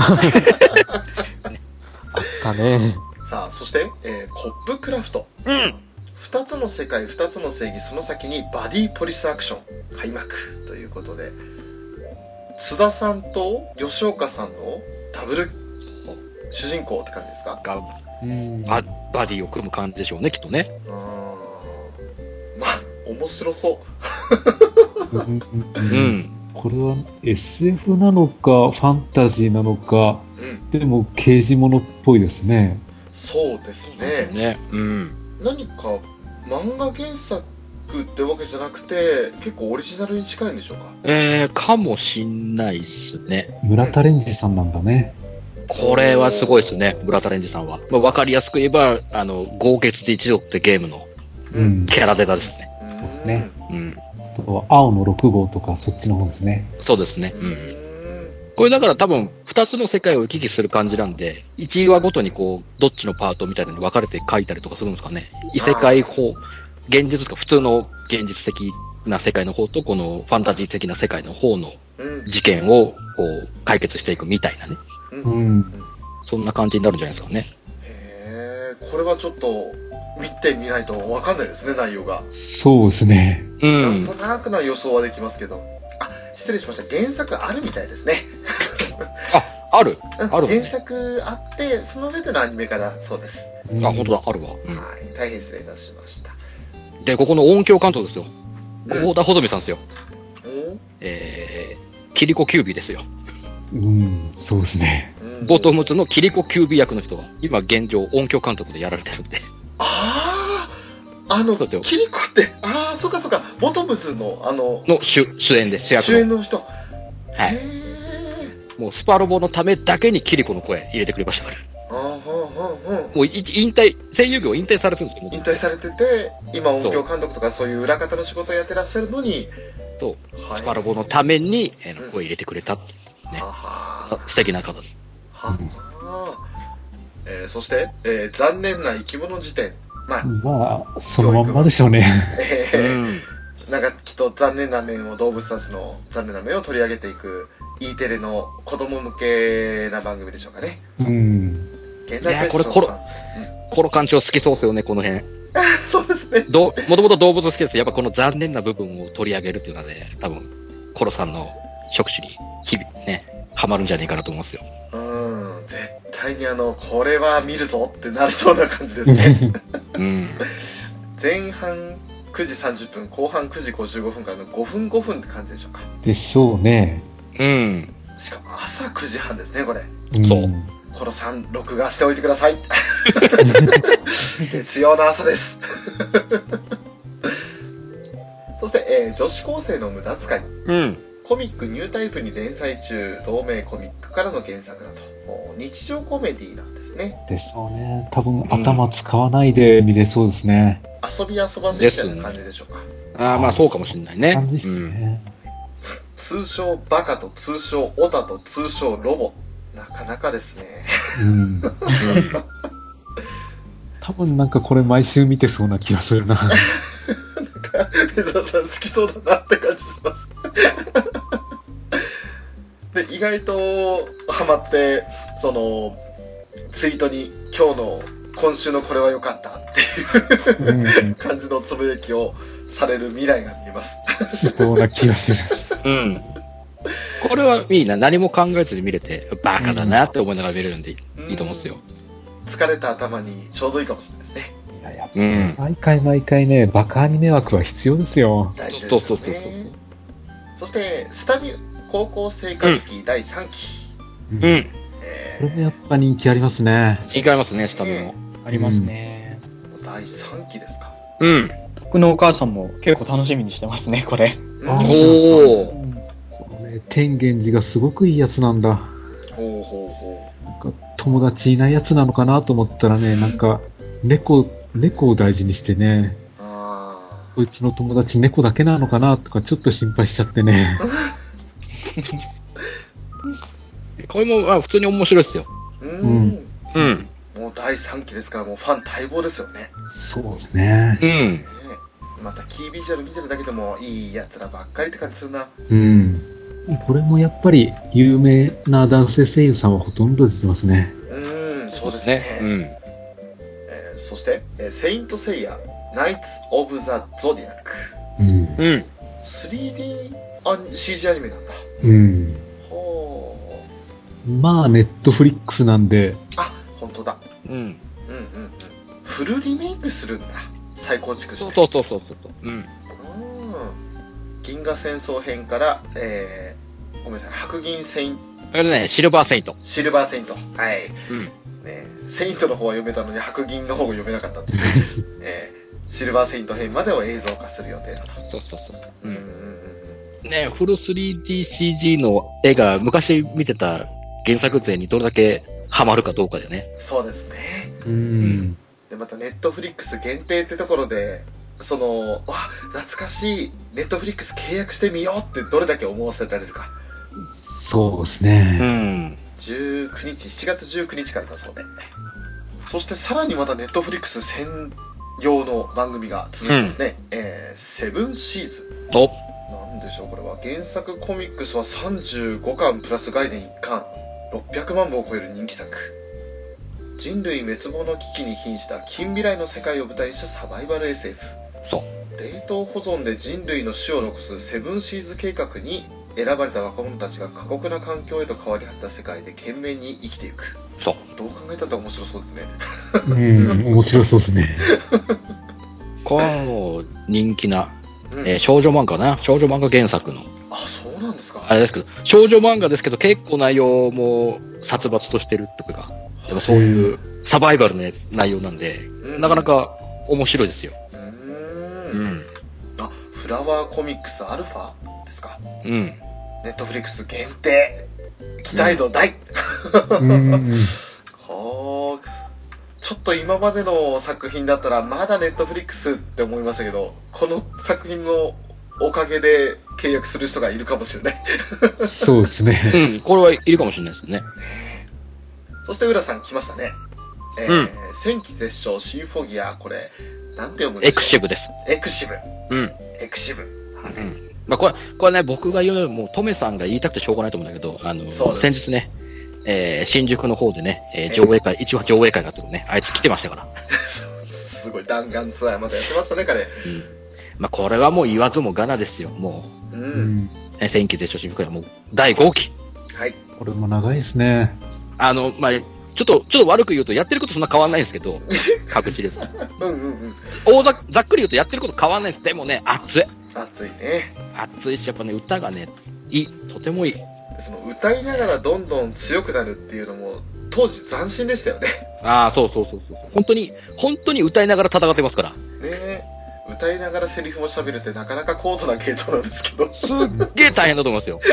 あったね。 さあ、そして、コップクラフト。二つの世界、二つの正義、その先にバディポリスアクション開幕ということで、津田さんと吉岡さんのダブル主人公って感じですか？ バディを組む感じでしょうね、きっとね。 まあ、面白そう。 これは SF なのか、ファンタジーなのか、でも刑事物っぽいですね。 そうですね。何か漫画原作ってわけじゃなくて、結構オリジナルに近いんでしょうか？ かもしんないっすね。 村田レンジさんなんだね。 これはすごいですね、村田レンジさんは。わかりやすく言えば、豪傑一族ってゲームのキャラデタですね。 そうですね。 と、青の6号とか、そっちの方ですね。 そうですね。うん。これだから多分、2つの世界を行き来する感じなんで、1話ごとにこう、どっちのパートみたいなのに分かれて書いたりとかするんですかね。異世界法、現実か、普通の現実的な世界の方と、このファンタジー的な世界の方の事件をこう解決していくみたいなね。 うん。 そんな感じになるんじゃないですかね。 へえ、これはちょっと見てみないと分かんないですね、内容が。 そうですね。 なんとなくな予想はできますけど。あ、失礼しました。原作あるみたいですね。 ある原作あって、その上でのアニメ化だそうです。 あ、本当だ、あるわ。はい、 大変失礼いたしました。 で、ここの音響監督ですよ。大田穂積さんですよ。キリコキュービーですよ。 そうですね。 ボトムズのキリコキュービー役の人が、今現状音響監督でやられてるんで。 キリコって、そうかそうか、ボトムズの主演で、主役の。 主演の人。はい。 もうスパロボのためだけにキリコの声入れてくれましたから。もう声優業引退されてるんですよ。 引退されてて、今音響監督とかそういう裏方の仕事をやってらっしゃるのに、 そう、スパロボのために声入れてくれたってね。素敵な方です。 そして、残念な生き物辞典。 まあ、そのまんまでしょうね。 なんかきっと残念な面を、動物たちの残念な面を取り上げていく E テレの子供向けな番組でしょうかね。 現代ペストさん。コロ館長好きそうですよね、この辺。 そうですね。 もともと動物好きです。やっぱこの残念な部分を取り上げるっていうのはね、多分、コロさんの触手にハマるんじゃないかなと思いますよ。 絶対にこれは見るぞってなりそうな感じですね。前半9時30分、後半9時55分からの5分5分って感じでしょうか。 でしょうね。 しかも朝9時半ですね、これ。 そう。 コロさん、録画しておいてください。月曜の朝です。そして、女子高生の無駄遣い。コミックニュータイプに連載中、同名コミックからの原作だと。日常コメディなんですね。 でしょうね。多分頭使わないで見れそうですね。 遊び遊ばせみたいな感じでしょうか。 まあそうかもしれないね。 通称バカと通称オタと通称ロボ。なかなかですね。 多分なんかこれ毎週見てそうな気がするな。なんか、 江沢さん好きそうだなって感じします。で、意外とハマって、ツイートに今週のこれは良かったっていう感じのつぶやきをされる未来が見えます。 そうな気がする。 これはいいな。何も考えずに見れて、バカだなって思いながら見れるんでいいと思うんですよ。 疲れた頭にちょうどいいかもしれないですね。 毎回ね、バカアニメ枠は必要ですよ。 大事ですよね。そして、スタミュ高校生歌劇第3期。 これもやっぱ人気ありますね。 人気ありますね、スタミュも。 ありますね。 第3期ですか。 僕のお母さんも結構楽しみにしてますね、これ。 天元寺がすごくいいやつなんだ。なんか友達いないやつなのかなと思ったらね、なんか猫を大事にしてね、こいつの友達猫だけなのかなとかちょっと心配しちゃってね。 これも普通に面白いですよ。 もう第3期ですから、もうファン待望ですよね。 そうですね。 またキービジュアル見てるだけでもいいやつらばっかりって感じするな。 これもやっぱり有名な男性声優さんはほとんど出てますね。 そうですね。そして、セイントセイヤ、ナイツ・オブ・ザ・ゾディアック。3DCG アニメなんだ。 まあ、ネットフリックスなんで。 本当だ。フルリメイクするんだ。再構築して。 そう。 銀河戦争編から、ごめんなさい、白銀セイント。シルバーセイント。 シルバーセイント。はい。セイントの方は読めたのに白銀の方が読めなかったっていう。シルバーセイント編までを映像化する予定だと。 ね、フル 3DCG の絵が昔見てた原作勢にどれだけハマるかどうかでね。 そうですね。で、またネットフリックス限定ってところで、 懐かしい、ネットフリックス契約してみようってどれだけ思わせられるか。 そうですね。 7月19日からだそうで。そしてさらにまたネットフリックス専用の番組が続きますね。セブンシーズ。なんでしょうこれは。原作コミックスは35巻プラス外伝1巻。600万部を超える人気作。人類滅亡の危機に瀕した近未来の世界を舞台にしたサバイバル SF。冷凍保存で人類の種を残すセブンシーズ計画に選ばれた若者たちが過酷な環境へと変わり果てた世界で懸命に生きていく。どう考えたって面白そうですね。 面白そうですね。 これはもう人気な、少女漫画な。少女漫画原作の。 あ、そうなんですか。 あれですけど、少女漫画ですけど結構内容も殺伐としてるっていうか、そういうサバイバルの内容なんで、なかなか面白いですよ。 あ、フラワーコミックスアルファですか。ネットフリックス限定。期待度大。ちょっと今までの作品だったらまだネットフリックスって思いましたけど、この作品のおかげで契約する人がいるかもしれない。 そうですね。 これはいるかもしれないですね。 そして浦さん来ましたね。戦記絶唱シーフォギア、これなんて読むんですか。 エクシブです。 エクシブ。エクシブ。 まあこれね、僕が言うよりもトメさんが言いたくてしょうがないと思うんだけど、先日ね、新宿の方でね、一応上映会があってね、あいつ来てましたから。 すごい弾丸ツアーまでやってましたね、彼。 まあこれはもう言わずもがなですよ、もう。戦記絶唱シーフォギアはもう第5期。 はい。 これも長いですね。 まあちょっと悪く言うとやってることそんな変わんないんですけど、各地で。ざっくり言うとやってること変わんないです。でもね、熱い。 熱いね。 熱いし、やっぱね、歌がね、とてもいい。 その歌いながらどんどん強くなるっていうのも、当時斬新でしたよね。 そう。本当に歌いながら戦ってますから。 ね、歌いながらセリフも喋るってなかなか高度な系統なんですけど。 すっげえ大変だと思いますよ。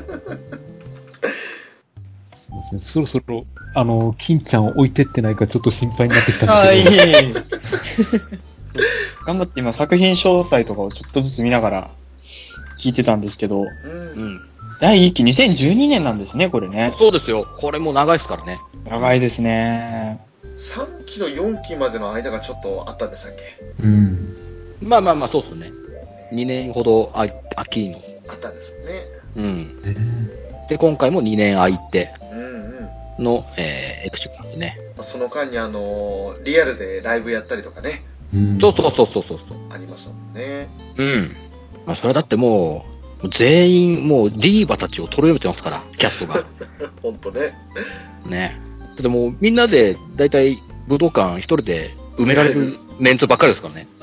そろそろ、金ちゃんを置いてってないかちょっと心配になってきたんですけど。 頑張って今作品詳細とかをちょっとずつ見ながら聞いてたんですけど、第1期2012年なんですね、これね。 そうですよ。これも長いですからね。 長いですね。 3期の4期までの間がちょっとあったんでしたっけ。 まあ、そうですね。2年ほど秋の。 あったんですよね。 で、今回も2年空いての、エクシブなんでね。 その間にリアルでライブやったりとかね。 そう。 ありましたもんね。 まあ、それだってもう、全員もうディーバたちを捉えてますから、キャストが。 ほんとね。 ね。でもみんなで、だいたい武道館一人で埋められるメンツばっかりですからね。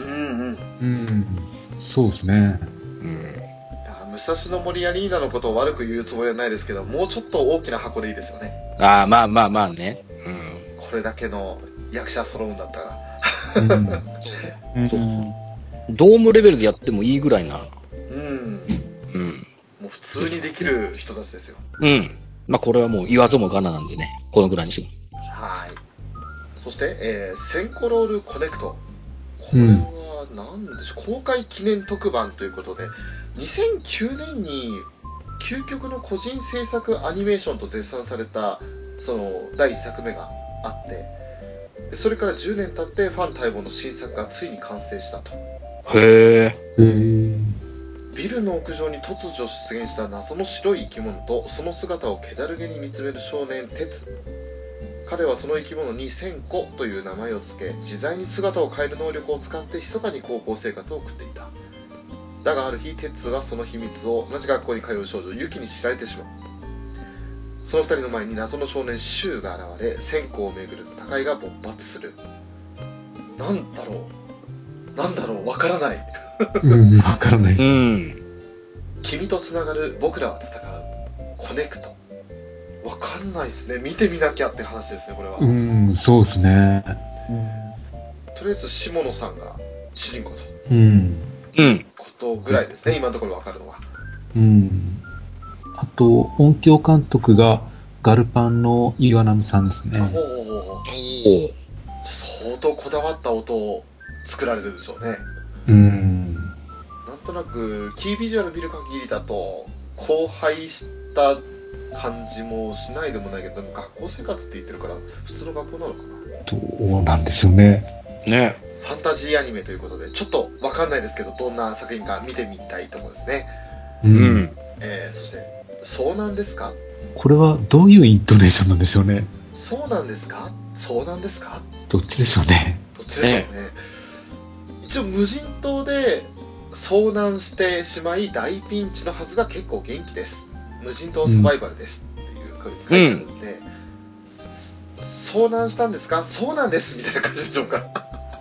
そうですね。 武蔵野森アリーナのことを悪く言うつもりはないですけど、もうちょっと大きな箱でいいですよね。 まあね。 これだけの役者揃うんだったら。 ドームレベルでやってもいいぐらいな。 もう普通にできる人たちですよ。 まあこれはもう言わずもがななんでね、このぐらいにします。 はい。そして、センコロールコネクト。これは何でしょう、公開記念特番ということで、2009年に究極の個人制作アニメーションと絶賛されたその第1作目があって、それから10年経ってファン待望の新作がついに完成したと。ビルの屋上に突如出現した謎の白い生き物とその姿を気だるげに見つめる少年鉄。彼はその生き物に千子という名前を付け、自在に姿を変える能力を使って密かに高校生活を送っていた。だがある日、鉄はその秘密を同じ学校に通う少女ユキに知られてしまう。その二人の前に謎の少年シュウが現れ、千子をめぐる戦いが勃発する。なんだろうわからない。 わからない。 君とつながる僕らは戦うコネクト。わかんないですね。見てみなきゃって話ですね、これは。 そうですね。 とりあえず下野さんが主人公とことぐらいですね、今のところわかるのは。 あと音響監督がガルパンの岩波さんですね。 相当こだわった音を作られるでしょうね。 うんなんとなくキービジュアル見る限りだと荒廃した感じもしないでもないけど、でも学校生活って言ってるから普通の学校なのかな。 どうなんでしょうね。 ね。 ファンタジーアニメということでちょっとわかんないですけど、どんな作品か見てみたいところですね。 うん。 そしてそうなんですか、 これはどういうイントネーションなんでしょうね。 そうなんですか、そうなんですか、 どっちでしょうね。 どっちでしょうね。一応無人島で遭難してしまい大ピンチのはずが結構元気です、無人島サバイバルですっていうふうに書いてあるんで、遭難したんですか、そうなんですみたいな感じでしょうか。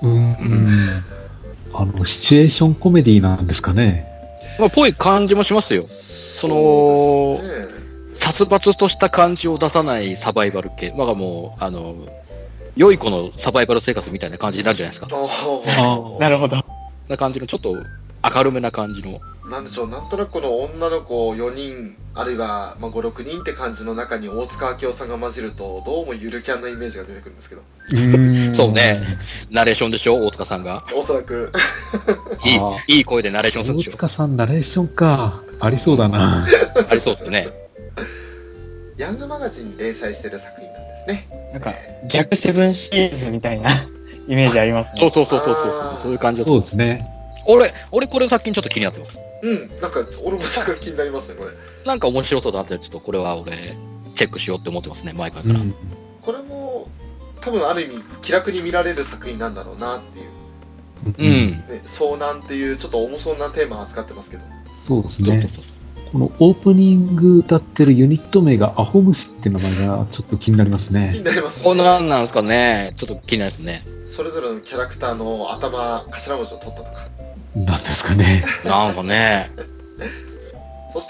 シチュエーションコメディなんですかね。 まあ、ぽい感じもしますよ。 そうですね、 殺伐とした感じを出さないサバイバル系。まあもう、良い子のサバイバル生活みたいな感じになるじゃないですか。 なるほど。 な感じの、ちょっと明るめな感じの。 なんでしょう、なんとなくこの女の子4人、あるいは5、6人って感じの中に大塚明夫さんが混じると、どうもゆるキャンなイメージが出てくるんですけど。 そうね。ナレーションでしょ、大塚さんが。 おそらく。 いい声でナレーションするでしょ。 大塚さんナレーションか。ありそうだな。 ありそうですね。 ヤングマガジンに連載してる作品なんですね。 なんか、逆セブンシーズみたいなイメージありますね。 そう。そういう感じだと。 そうですね。 俺これ最近ちょっと気になってます。 なんか、俺もそれが気になりますね、これ。 なんか面白そうだって、ちょっとこれは俺、チェックしようって思ってますね、前からから。 これも、多分ある意味、気楽に見られる作品なんだろうなっていう。ね、遭難っていう、ちょっと重そうなテーマを扱ってますけど。 そうですね。このオープニング歌ってるユニット名がアホ虫って名前がちょっと気になりますね。 気になりますね。 こんなんなんですかね。ちょっと気になりますね。 それぞれのキャラクターの頭文字を取ったとか。 なんですかね。 なんかね。 そして、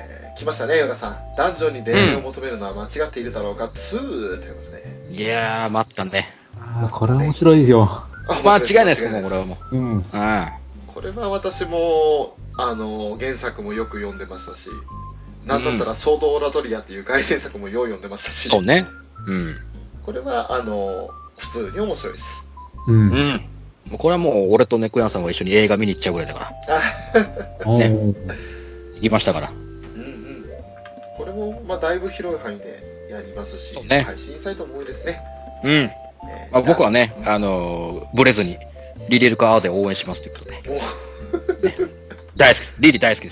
来ましたね、浦さん。男女に出会いを求めるのは間違っているだろうか、2ということで。 いやー、待ったね。 これは面白いよ。 間違いないですもん、これはもう。 これは私も、原作もよく読んでましたし、なんだったら、ソード・オラドリアっていう外伝作もよう読んでましたし。 そうね。 これは、普通に面白いです。 これはもう、俺と猫屋さんが一緒に映画見に行っちゃうぐらいだから。ね。行きましたから。 これも、だいぶ広い範囲でやりますし、配信サイトも多いですね。 僕はね、ブレずに、リリルカアーで応援しますということで。大好き。リリ大好きです。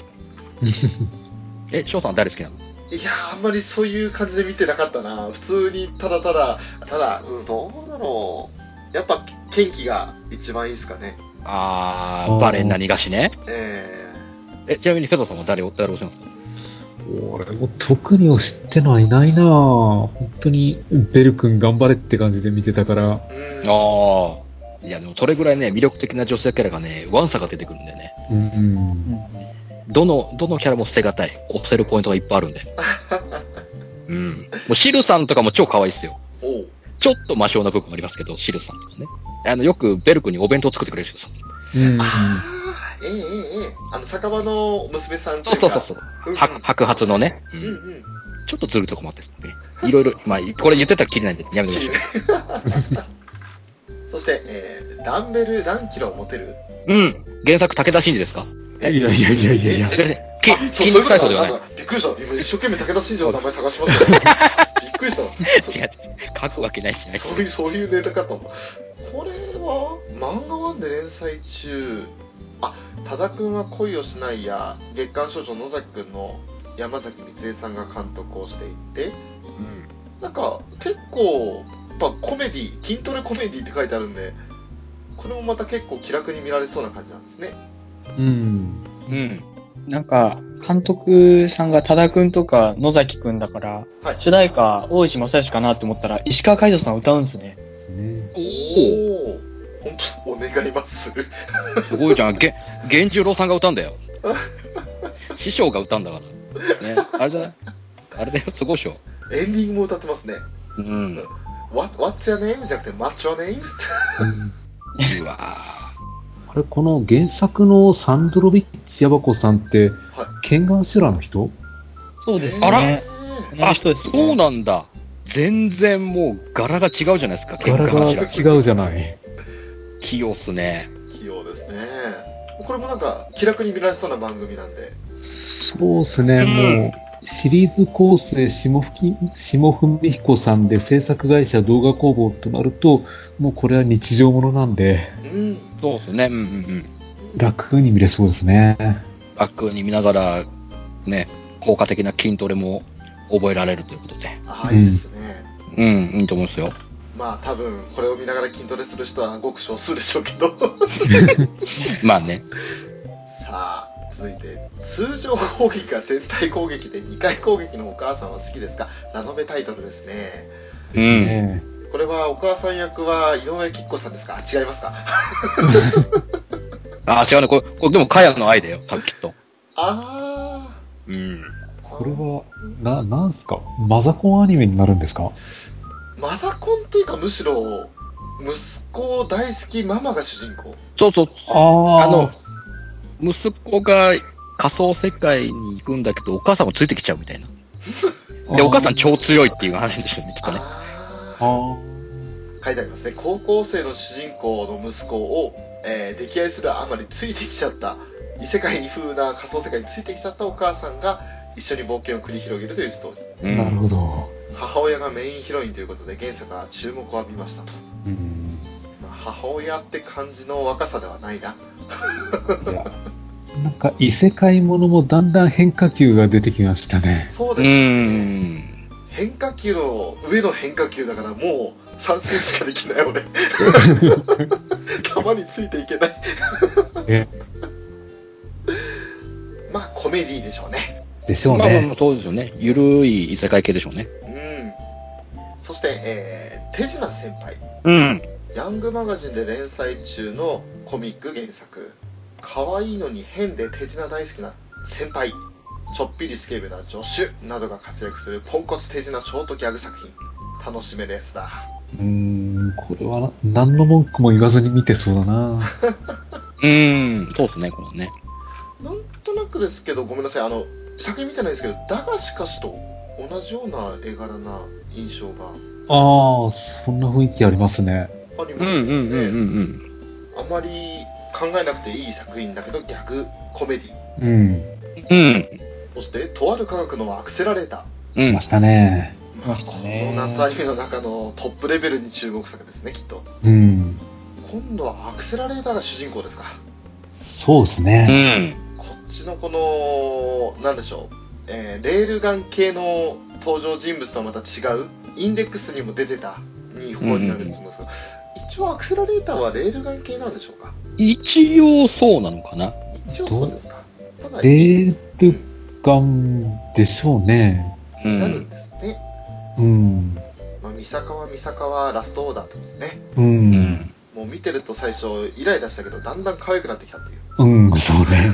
翔さん誰好きなの？ いやー、あんまりそういう感じで見てなかったな。普通に、ただ、どうだろう。やっぱ、元気が一番いいですかね。 バレンな逃がしね。ちなみに、フェドさんは誰を推しますか？ 俺も特に推してのはいないなぁ。本当に、ベル君頑張れって感じで見てたから。 いや、でもそれぐらいね、魅力的な女性キャラがね、ワンサが出てくるんでね。どのキャラも捨てがたい。押せるポイントがいっぱいあるんで。もうシルさんとかも超可愛いっすよ。ちょっと魔性な部分ありますけど、シルさんとかね。よくベル君にお弁当作ってくれる人さ。 酒場の娘さんというか。 そう。白髪のね。ちょっとずるとこもあってね。いろいろ、これ言ってたらきりないんで、やめてください。 そして、ダンベル何キロ持てる？ 原作武田真治ですか？ いや。 筋肉サイトではない。 びっくりした。今一生懸命武田真治の名前探しましたよ。びっくりした。 違う。書くわけないしね。 そういうネタかと思う。これは、漫画1で連載中、多田くんは恋をしないや、月刊少女野崎くんの山崎光恵さんが監督をしていて、なんか、結構、コメディ、筋トレコメディって書いてあるんで、これもまた結構気楽に見られそうな感じなんですね。 なんか、監督さんが多田くんとか野崎くんだから、主題歌、大石正義かなって思ったら、石川海人さん歌うんですね。 本当お願いまする。 すごいじゃん。源十郎さんが歌うんだよ。師匠が歌うんだから。ね、あれじゃない？あれだよ、すごいでしょ。 エンディングも歌ってますね。What's your name? じゃなくて、What's your name? うわこれ、この原作のサンドロビッチ・ヤバコさんって、ケンガンシュラの人？ そうですね。 そうなんだ。全然もう柄が違うじゃないですか。 柄が違うじゃない。 器用っすね。 器用でですね。これもなんか気楽に見られそうな番組なんで。 そうですね、もう、シリーズ構成、霜文彦さんで制作会社動画工房となると、もうこれは日常ものなんで、 そうですね。 楽に見れそうですね。 楽に見ながら、ね、効果的な筋トレも覚えられるということで。 ああ、いいですね。 いいと思うんですよ。 まあ多分これを見ながら筋トレする人はごく少数でしょうけど。 まあね。 さあ、続いて、通常攻撃が全体攻撃で2回攻撃のお母さんは好きですか？ラノベタイトルですね。これはお母さん役は井上貴子さんですか？違いますか？ ああ、違うね。これでも、かやの愛だよ、多分きっと。 ああ。 これは、なんすかマザコンアニメになるんですか？ マザコンというか、むしろ、息子大好きママが主人公。 そう。息子が仮想世界に行くんだけど、お母さんもついてきちゃうみたいな。で、お母さん超強いっていう話でしょうね、きっとね。 書いてありますね。高校生の主人公の息子を、溺愛するあまりついてきちゃった、異世界に風な仮想世界についてきちゃったお母さんが一緒に冒険を繰り広げるというストーリー。 なるほど。 母親がメインヒロインということで原作は注目を浴びましたと。母親って感じの若さではないな。 いや、なんか異世界ものもだんだん変化球が出てきましたね。 そうですね。変化球の上の変化球だからもう三振しかできない俺。球についていけない。まあコメディでしょうね。 でしょうね。 まあそうですよね。ゆるい異世界系でしょうね。 そして、手品先輩。ヤングマガジンで連載中のコミック原作。可愛いのに変で手品大好きな先輩。ちょっぴりスケベな助手などが活躍するポンコツ手品ショートギャグ作品。楽しめるやつだ。 これは何の文句も言わずに見てそうだな。 そうですね、これね。 なんとなくですけど、ごめんなさい。作品見てないですけど、だがしかしと同じような絵柄な印象が。 ああ、そんな雰囲気ありますね。 ありますよね。あまり考えなくていい作品だけど、ギャグコメディ。そして、とある科学のアクセラレーター。ましたね。 この夏アニメの中のトップレベルに注目作ですね、きっと。今度はアクセラレーターが主人公ですか。 そうですね。 こっちのこの、なんでしょう。レールガン系の登場人物とはまた違う、インデックスにも出てたに方になるんですけど、一応アクセラレーターはレールガン系なんでしょうか？ 一応そうなのかな。 一応そうですか。 レールガンでしょうね。 なるんですね。まあ、三坂ラストオーダーとかね。もう見てると最初イライラしたけど、だんだん可愛くなってきたっていう。 そうね。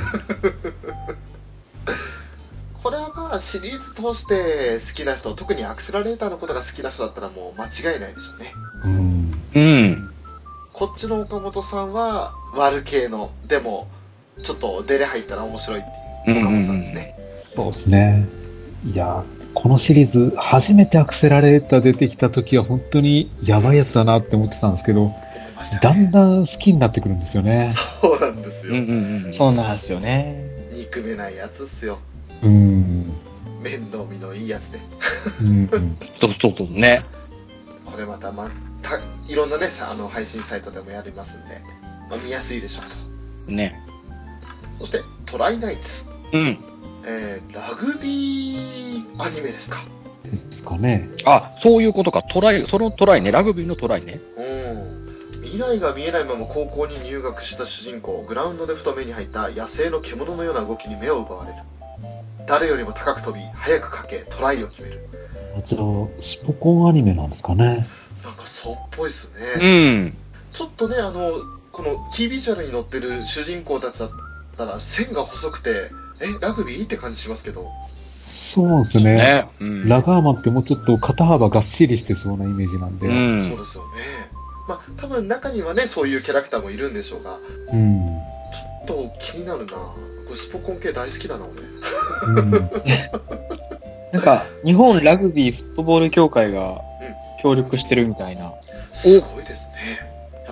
これはまあシリーズ通して好きな人、特にアクセラレーターのことが好きな人だったらもう間違いないでしょうね。こっちの岡本さんは悪系の、でもちょっとデレ入ったら面白いっていう岡本さんですね。 そうですね。いや、このシリーズ初めてアクセラレーター出てきた時は本当にやばいやつだなって思ってたんですけど、だんだん好きになってくるんですよね。 そうなんですよ。 そうなんですよね。 憎めないやつっすよ。面倒見のいいやつね。 そうね。 これまたいろんなね、配信サイトでもやりますんで、見やすいでしょうと。 ね。 そしてトライナイツ。ラグビーアニメですか。 ですかね。 あ、そういうことか。そのトライね。ラグビーのトライね。 未来が見えないまま高校に入学した主人公。グラウンドでふと目に入った野生の獣のような動きに目を奪われる。誰よりも高く飛び、速くかけ、トライを決める。 じゃあ、スポコンアニメなんですかね。 なんかそうっぽいですね。ちょっとね、このキービジュアルに載ってる主人公たちだったら線が細くて、ラグビーって感じしますけど。 そうですね。ラガーマンってもうちょっと肩幅がっしりしてそうなイメージなんで。 そうですよね。まあ多分中にはね、そういうキャラクターもいるんでしょうが。ちょっと気になるな。これスポコン系大好きだな、俺。 なんか、日本ラグビーフットボール協会が協力してるみたいな。 すごいですね。や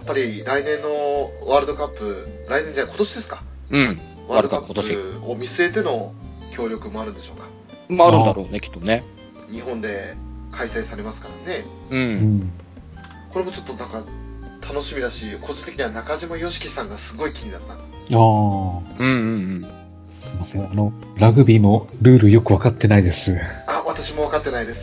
っぱり来年のワールドカップ、来年じゃ今年ですか。 うん。 ワールドカップを見据えての協力もあるんでしょうか。 まああるんだろうね、きっとね。 日本で開催されますからね。 うん。 これもちょっとなんか楽しみだし、個人的には中島良樹さんがすごい気になった。 うんうんうん。すいません、ラグビーのルールよく分かってないです。 あ、私も分かってないです。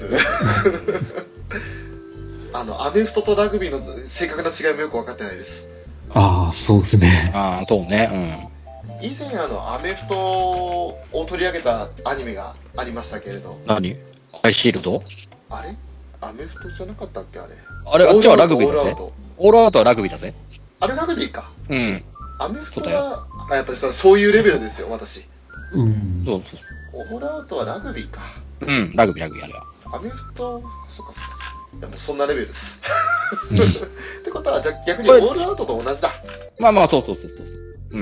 アメフトとラグビーの正確な違いもよく分かってないです。 ああ、そうですね。 ああ、そうね。 以前アメフトを取り上げたアニメがありましたけれど。 何？アイシールド？あれ？アメフトじゃなかったっけあれ？ あっちはラグビーだぜ。オールアウトはラグビーだぜ。 あれラグビーか。 うん。 アメフトは、やっぱりそういうレベルですよ、私。 うん。 そう。 オールアウトはラグビーか。 うん、ラグビーあれは。 アメフト、そうか。いやもうそんなレベルです。ってことは、じゃあ逆にオールアウトと同じだ。 まあ、そう。うん。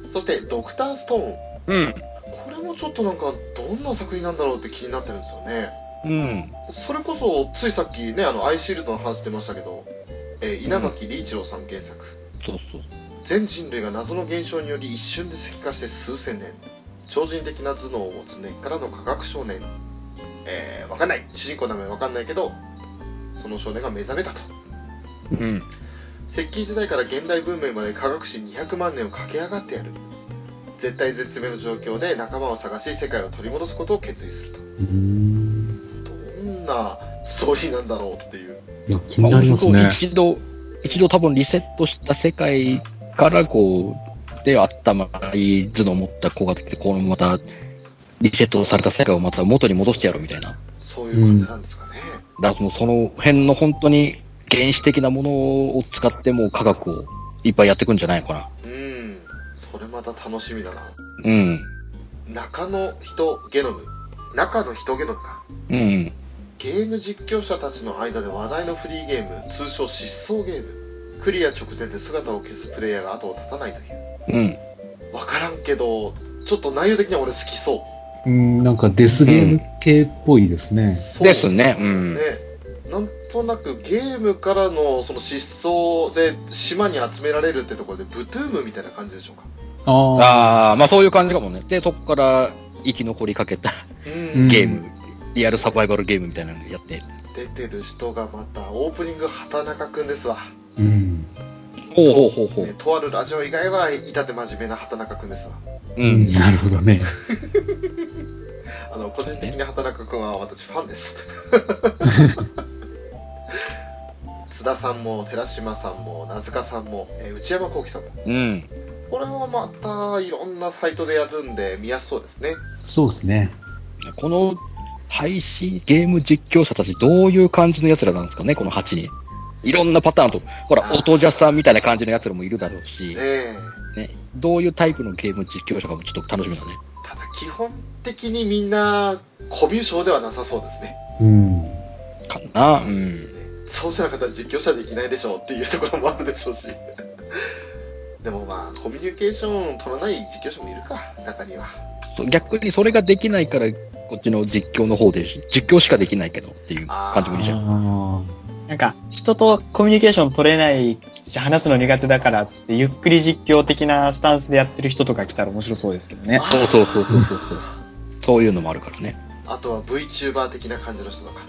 そして、ドクターストーン。 うん。 これもちょっとなんか、どんな作品なんだろうって気になってるんですよね。 うん。 それこそ、ついさっきね、アイシールドの話してましたけど、稲垣理一郎さん原作。 そう。 全人類が謎の現象により一瞬で石化して数千年。超人的な頭脳を持つ根っからの科学少年。わかんない。主人公の名前わかんないけど、その少年が目覚めたと。 うん。 石器時代から現代文明まで科学史200万年を駆け上がってやる。絶対絶命の状況で仲間を探し世界を取り戻すことを決意すると。どんなストーリーなんだろうっていう。 いや、気になりますね。 一度多分リセットした世界からで頭いい頭脳を持った子が出て、このまたリセットされた世界をまた元に戻してやるみたいな。 そういう感じなんですかね。 だからその辺の本当に原始的なものを使ってもう科学をいっぱいやっていくんじゃないのかな。 それまた楽しみだな。中の人ゲノムか。ゲーム実況者たちの間で話題のフリーゲーム、通称失踪ゲーム。クリア直前で姿を消すプレイヤーが後を絶たないという。わからんけど、ちょっと内容的には俺好きそう。 なんかデスゲーム系っぽいですね。 ですね。 なんとなくゲームからのその失踪で島に集められるってところでブトゥームみたいな感じでしょうか。 まあそういう感じかもね。で、そこから生き残りかけたゲーム、リアルサバイバルゲームみたいなのやって。 出てる人がまたオープニング畑中くんですわ。 ほう。 とあるラジオ以外は至って真面目な畑中くんですわ。 なるほどね。 個人的に畑中くんは私ファンです。津田さんも寺島さんも名塚さんも、内山聖輝さんも。これはまたいろんなサイトでやるんで見やすそうですね。 そうですね。 この配信ゲーム実況者たちどういう感じの奴らなんですかね、この8人。いろんなパターンと、ほら、音ジャさんみたいな感じの奴らもいるだろうし、どういうタイプのゲーム実況者かもちょっと楽しみだね。 ただ基本的にみんなコミュ障ではなさそうですね。 かな。 そうじゃなかったら実況者できないでしょうっていうところもあるでしょうし。でもまあコミュニケーション取らない実況者もいるか、中には。 逆にそれができないからこっちの実況の方で実況しかできないけどっていう感じもいいじゃん。 なんか人とコミュニケーション取れないし話すの苦手だからっつってゆっくり実況的なスタンスでやってる人とか来たら面白そうですけどね。 そうそういうのもあるからね。 あとは VTuber 的な感じの人とか。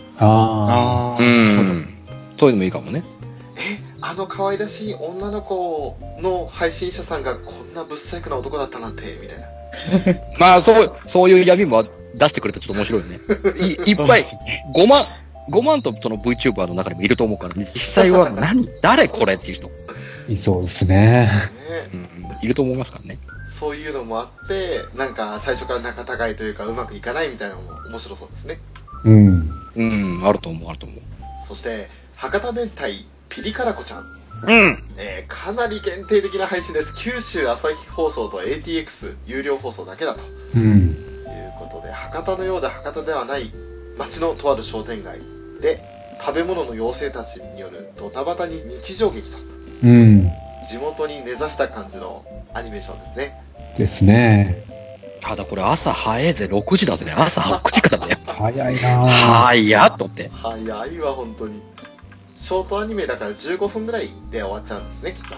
そういうのもいいかもね。 可愛らしい女の子の配信者さんがこんなぶっ細工な男だったなんてみたいな。 まあそういう闇も出してくれたらちょっと面白いね。いっぱい5万とその VTuber の中にもいると思うからね。実際は誰これっていう人。 いそうですね。 いると思いますからね。 そういうのもあって、なんか最初から仲高いというかうまくいかないみたいなのも面白そうですね。 あると思う。 そして博多明太ピリ辛子ちゃん。かなり限定的な配信です。九州朝日放送と ATX 有料放送だけだと。いうことで、博多のようで博多ではない町のとある商店街で食べ物の妖精たちによるドタバタに日常劇と。地元に根ざした感じのアニメーションですね。 ですね。 ただこれ朝早いぜ、6時だぜね。朝6時からだよ。 早いなぁ。 早っとって。 早いわ、本当に。 ショートアニメだから15分ぐらいで終わっちゃうんですね、きっと。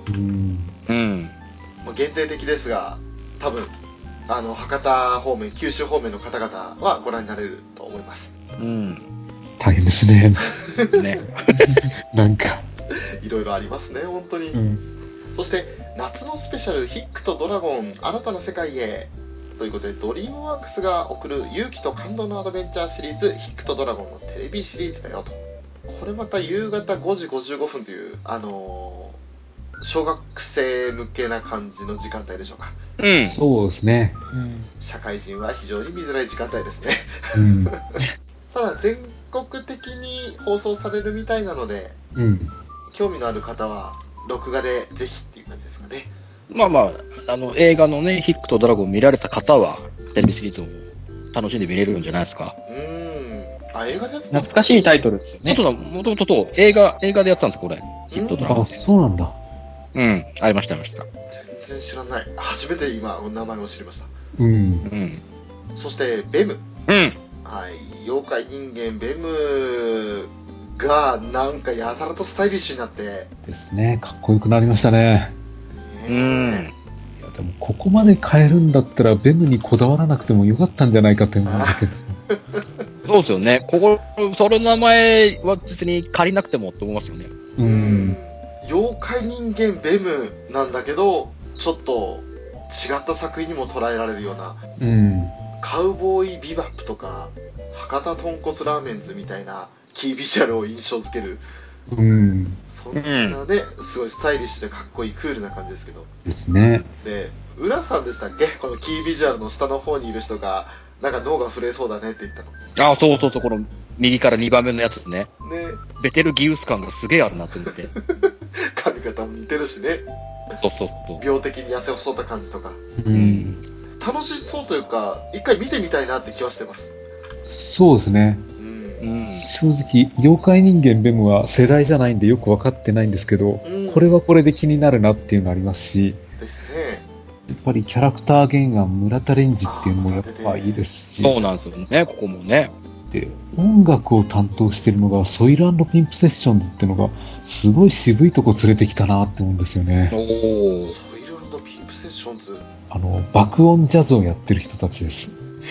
限定的ですが、多分博多方面、九州方面の方々はご覧になれると思います。 大変ですね。ね。なんか。 いろいろありますね、本当に。そして、夏のスペシャル、ヒックとドラゴン、新たな世界へ。ということで、ドリームワークスが送る勇気と感動のアドベンチャーシリーズ、ヒックとドラゴンのテレビシリーズだよと。これまた夕方5時55分という、小学生向けな感じの時間帯でしょうか。 そうですね。 社会人は非常に見づらい時間帯ですね。ただ全国的に放送されるみたいなので、興味のある方は録画でぜひっていう感じですかね。 まあまあ、映画のね、ヒックとドラゴン見られた方は、テレビシリーズも楽しんで見れるんじゃないですか。 映画で懐かしいタイトルですよね。 もともと映画でやったんですこれ。ヒックとドラゴン。 そうなんだ。 ありました、ありました。 全然知らない。初めて今、名前を知りました。そして、ベム。はい。妖怪人間ベムが、なんかやたらとスタイリッシュになって。 ですね。かっこよくなりましたね。いや、でも、ここまで変えるんだったら、ベムにこだわらなくてもよかったんじゃないかと思うんだけど。 そうですよね。それの名前は別に借りなくてもって思いますよね。 妖怪人間ベムなんだけど、ちょっと違った作品にも捉えられるような、カウボーイビバップとか、博多豚骨ラーメンズみたいなキービジュアルを印象付ける。そんなね、すごいスタイリッシュでかっこいいクールな感じですけど。 ですね。 で、浦さんでしたっけ、このキービジュアルの下の方にいる人が、なんか脳が震えそうだねって言ったの。 そう、この右から2番目のやつね。ベテルギウス感がすげえあるなと思って。 髪型も似てるしね。病的に痩せ細った感じとか。楽しそうというか、一回見てみたいなって気はしてます。 そうですね。正直、妖怪人間ベムは世代じゃないんでよく分かってないんですけど、これはこれで気になるなっていうのありますし、 ですね。 やっぱりキャラクター原案村田レンジっていうのもやっぱいいですし。 そうなんですよね、ここもね。 で、音楽を担当してるのがソイル&ピンプセッションズっていうのが、すごい渋いとこ連れてきたなって思うんですよね。 ソイル&ピンプセッションズ。 爆音ジャズをやってる人たちです。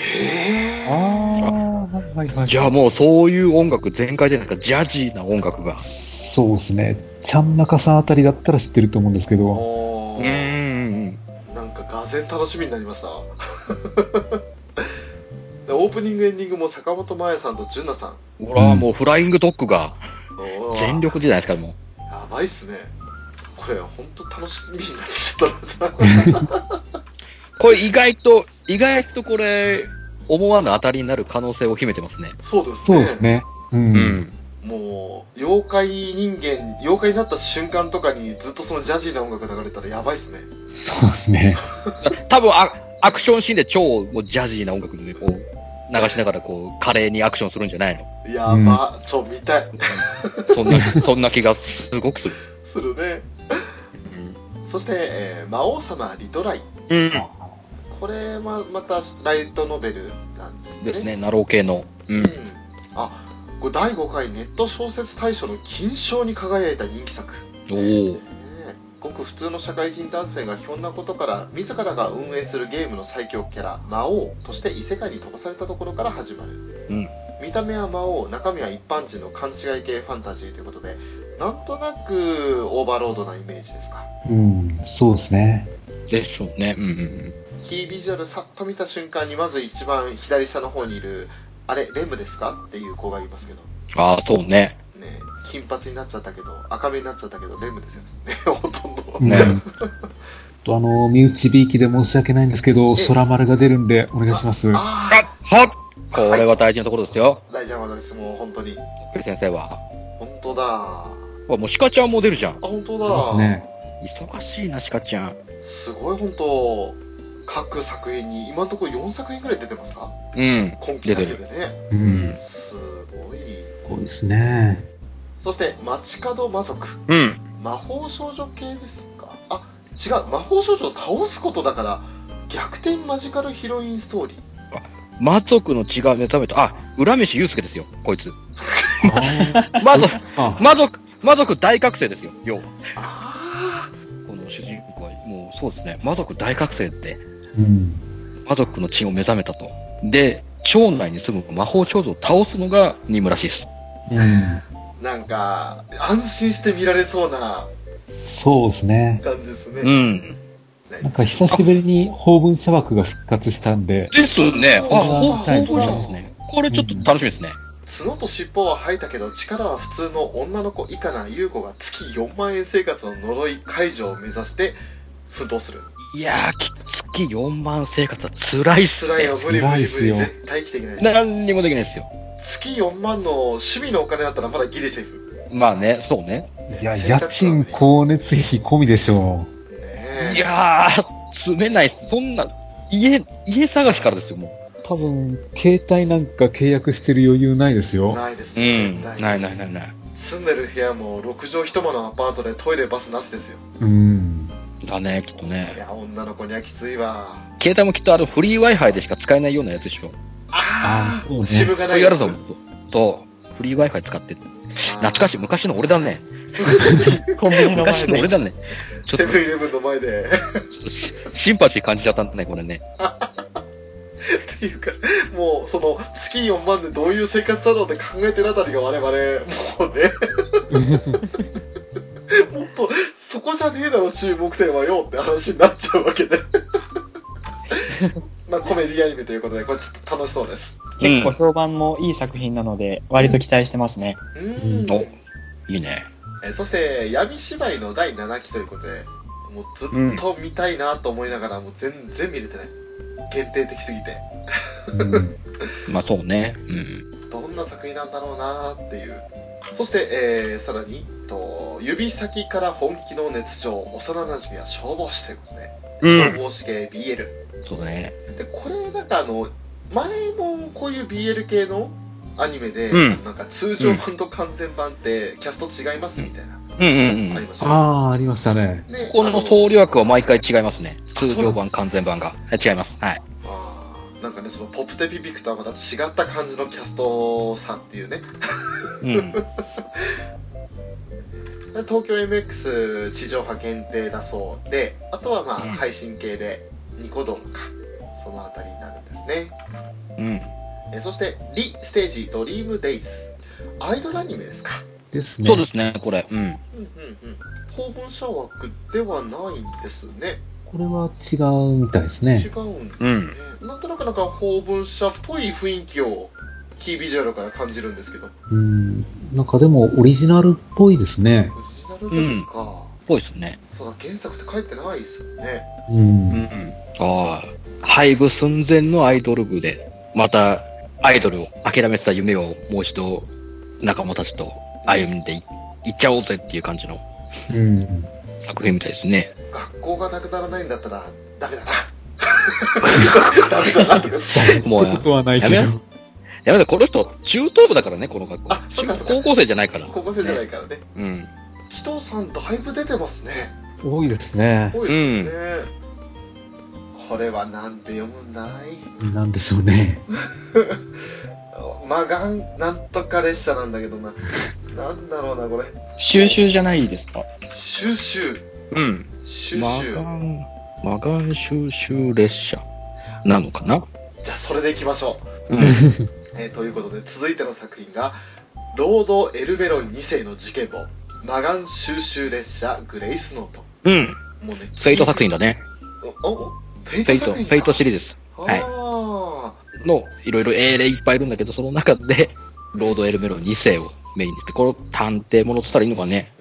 じゃあもうそういう音楽全開でなんかジャジーな音楽が。 そうですね。ちゃんなかさんあたりだったら知ってると思うんですけど。 なんかがぜん楽しみになりました。オープニングエンディングも坂本真綾さんと純奈さん。 ほら、もうフライングドッグが全力じゃないですか、もう。 やばいっすね。これ本当楽しみになってちゃった。 これ意外とこれ思わぬ当たりになる可能性を秘めてますね。 そうですね。 そうですね。 もう妖怪になった瞬間とかにずっとそのジャジーな音楽流れたらやばいっすね。 そうですね。 多分アクションシーンで超もうジャジーな音楽でこう流しながらこう華麗にアクションするんじゃないの？ やば、見たい。 そんな気がすごくする。 するね。そして、魔王様リトライ。これはまたライトノベルなんですね。 ですね、ナロー系の。 これ第5回ネット小説大賞の金賞に輝いた人気作。ごく普通の社会人男性がひょんなことから自らが運営するゲームの最強キャラ魔王として異世界に飛ばされたところから始まる。見た目は魔王、中身は一般人の勘違い系ファンタジーということで、なんとなくオーバーロードなイメージですか。 そうですね。 でしょうね。 キービジュアルさっと見た瞬間にまず一番左下の方にいるあれレムですかっていう子がいますけど。 そうね。 金髪になっちゃったけど赤目になっちゃったけどレムですよね。ほとんど。 身内びいきで申し訳ないんですけど、空丸が出るんでお願いします。 これは大事なところですよ。 大事なことです、もう本当に。 先生は。 本当だ。 もうシカちゃんも出るじゃん。 本当だ。 忙しいな、シカちゃん。 すごい本当。各作品に今のところ4作品ぐらい出てますか？今期だけでね。すごい。 すごいですね。 そして街角魔族。魔法少女系ですか？違う、魔法少女を倒すことだから逆転マジカルヒロインストーリー。 魔族の違うネタメと、浦飯祐介ですよ、こいつ。 魔族大覚醒ですよ、要は。 あこの主人公は、もうそうですね、魔族大覚醒で、 うん。 魔族の血を目覚めたと。で、町内に住む魔法少女を倒すのが任務らしいです。 うん。 ー、なんか安心して見られそうなそうですね。 感じですね。 うん。 ねなんか久しぶりに法文砂漠が復活したんで、 ですね。あ、 そうだ興奮しそうだたんですね。これちょっと楽しみですね。 角と尻尾は生えたけど力は普通の女の子以下な優子が月4万円生活の呪い解除を目指して奮闘する。 いやー、月4万生活は辛いっすね。 辛いよ、無理無辛い理無理、 っすよ絶対生きていけない。 何にもできないですよ。 月4万の趣味のお金だったらまだギリセーフ。 まあね、そうね。 いや、家賃、光熱費込みでしょねえ。 いやー、住めないっす。そんな、家探しからですよ、もう。多分、携帯なんか契約してる余裕ないですよ。 ないですう。 ね、絶対。 ない。 住んでる部屋も6畳一間のアパートでトイレバスなしですよ。 うん。 だね、きっといね。 や、女の子にはきついわ。 携帯もきっとフリー Wi-Fi でしか使えないようなやつでしょ。 ああ、 そうねシムがそないやつ。 うやるぞ。と、フリー Wi-Fi 使ってる。懐かしい、昔の俺だね。 コンビニの前で。 昔の俺だね。ちょっとセブンイレブンの前で。 シンパシー感じちゃったんだね、これね。 っていうか、もう、その、月4万でどういう生活だろうって考えてるあたりが我々、もうね、もっと、そこじゃねえだろ、注目点はよって話になっちゃうわけで。まあ、コメディアニメということで、これちょっと楽しそうです。 結構評判もいい作品なので、割と期待してますね。 お、いいね。 そして、闇芝居の第7期ということで、もうずっと見たいなと思いながら、もう全然見れてない。限定的すぎて。 うん。 まあそうね。うん。 どんな作品なんだろうなっていう。そして、さらに、指先から本気の熱情、幼馴染は消防士ということで、消防士系 BL。 そうね。 で、これなんか前もこういう BL 系のアニメで、なんか通常版と完全版ってキャスト違いますみたいな、ありましたね。 ああ、ありましたね。 でこの総力枠は毎回違いますね。通常版、完全版が。違います。はい。 なんかね、そのポプテピピクとはまた違った感じのキャストさんっていうね。東京 MX 地上波限定だそうで、あとはまあ配信系でニコ動か、そのあたりになるんですね。そしてリステージドリームデイズ、アイドルアニメですか。 ですね。 そうですね、これ。 法文社枠ではないんですね。 これは違うみたいですね。 違うんですね。なんとなく法文社っぽい雰囲気をキービジュアルから感じるんですけど。 なんかでもオリジナルっぽいですね。 オリジナルですか。 ぽいですね。 そうだ、原作って書いてないですよね。 ああ、廃部寸前のアイドル部で、またアイドルを諦めてた夢をもう一度仲間たちと歩んでいっちゃおうぜっていう感じの作品みたいですね。 学校がなくならないんだったらダメだな。ダメだな。 もうやめて、この人中等部だからね、この学校。高校生じゃないから。 高校生じゃないからね。紀藤さんだいぶ出てますね。 多いですね。 多いですよね。これはなんて読むんだい。 なんでしょうね。 マガンなんとか列車なんだけどな。なんだろうな、これ。 収集じゃないですか。 収集。収集。 マガン収集列車なのかな。 じゃあそれでいきましょう。ということで続いての作品がロード・エルベロン2世の事件簿マガン収集列車グレイスノート。 もうね、フェイト作品だね。 フェイトシリーズ。のいろいろ英霊いっぱいいるんだけど、その中でロード・エルベロン2世をメインにして、これ探偵ものって言ったらいいのかね。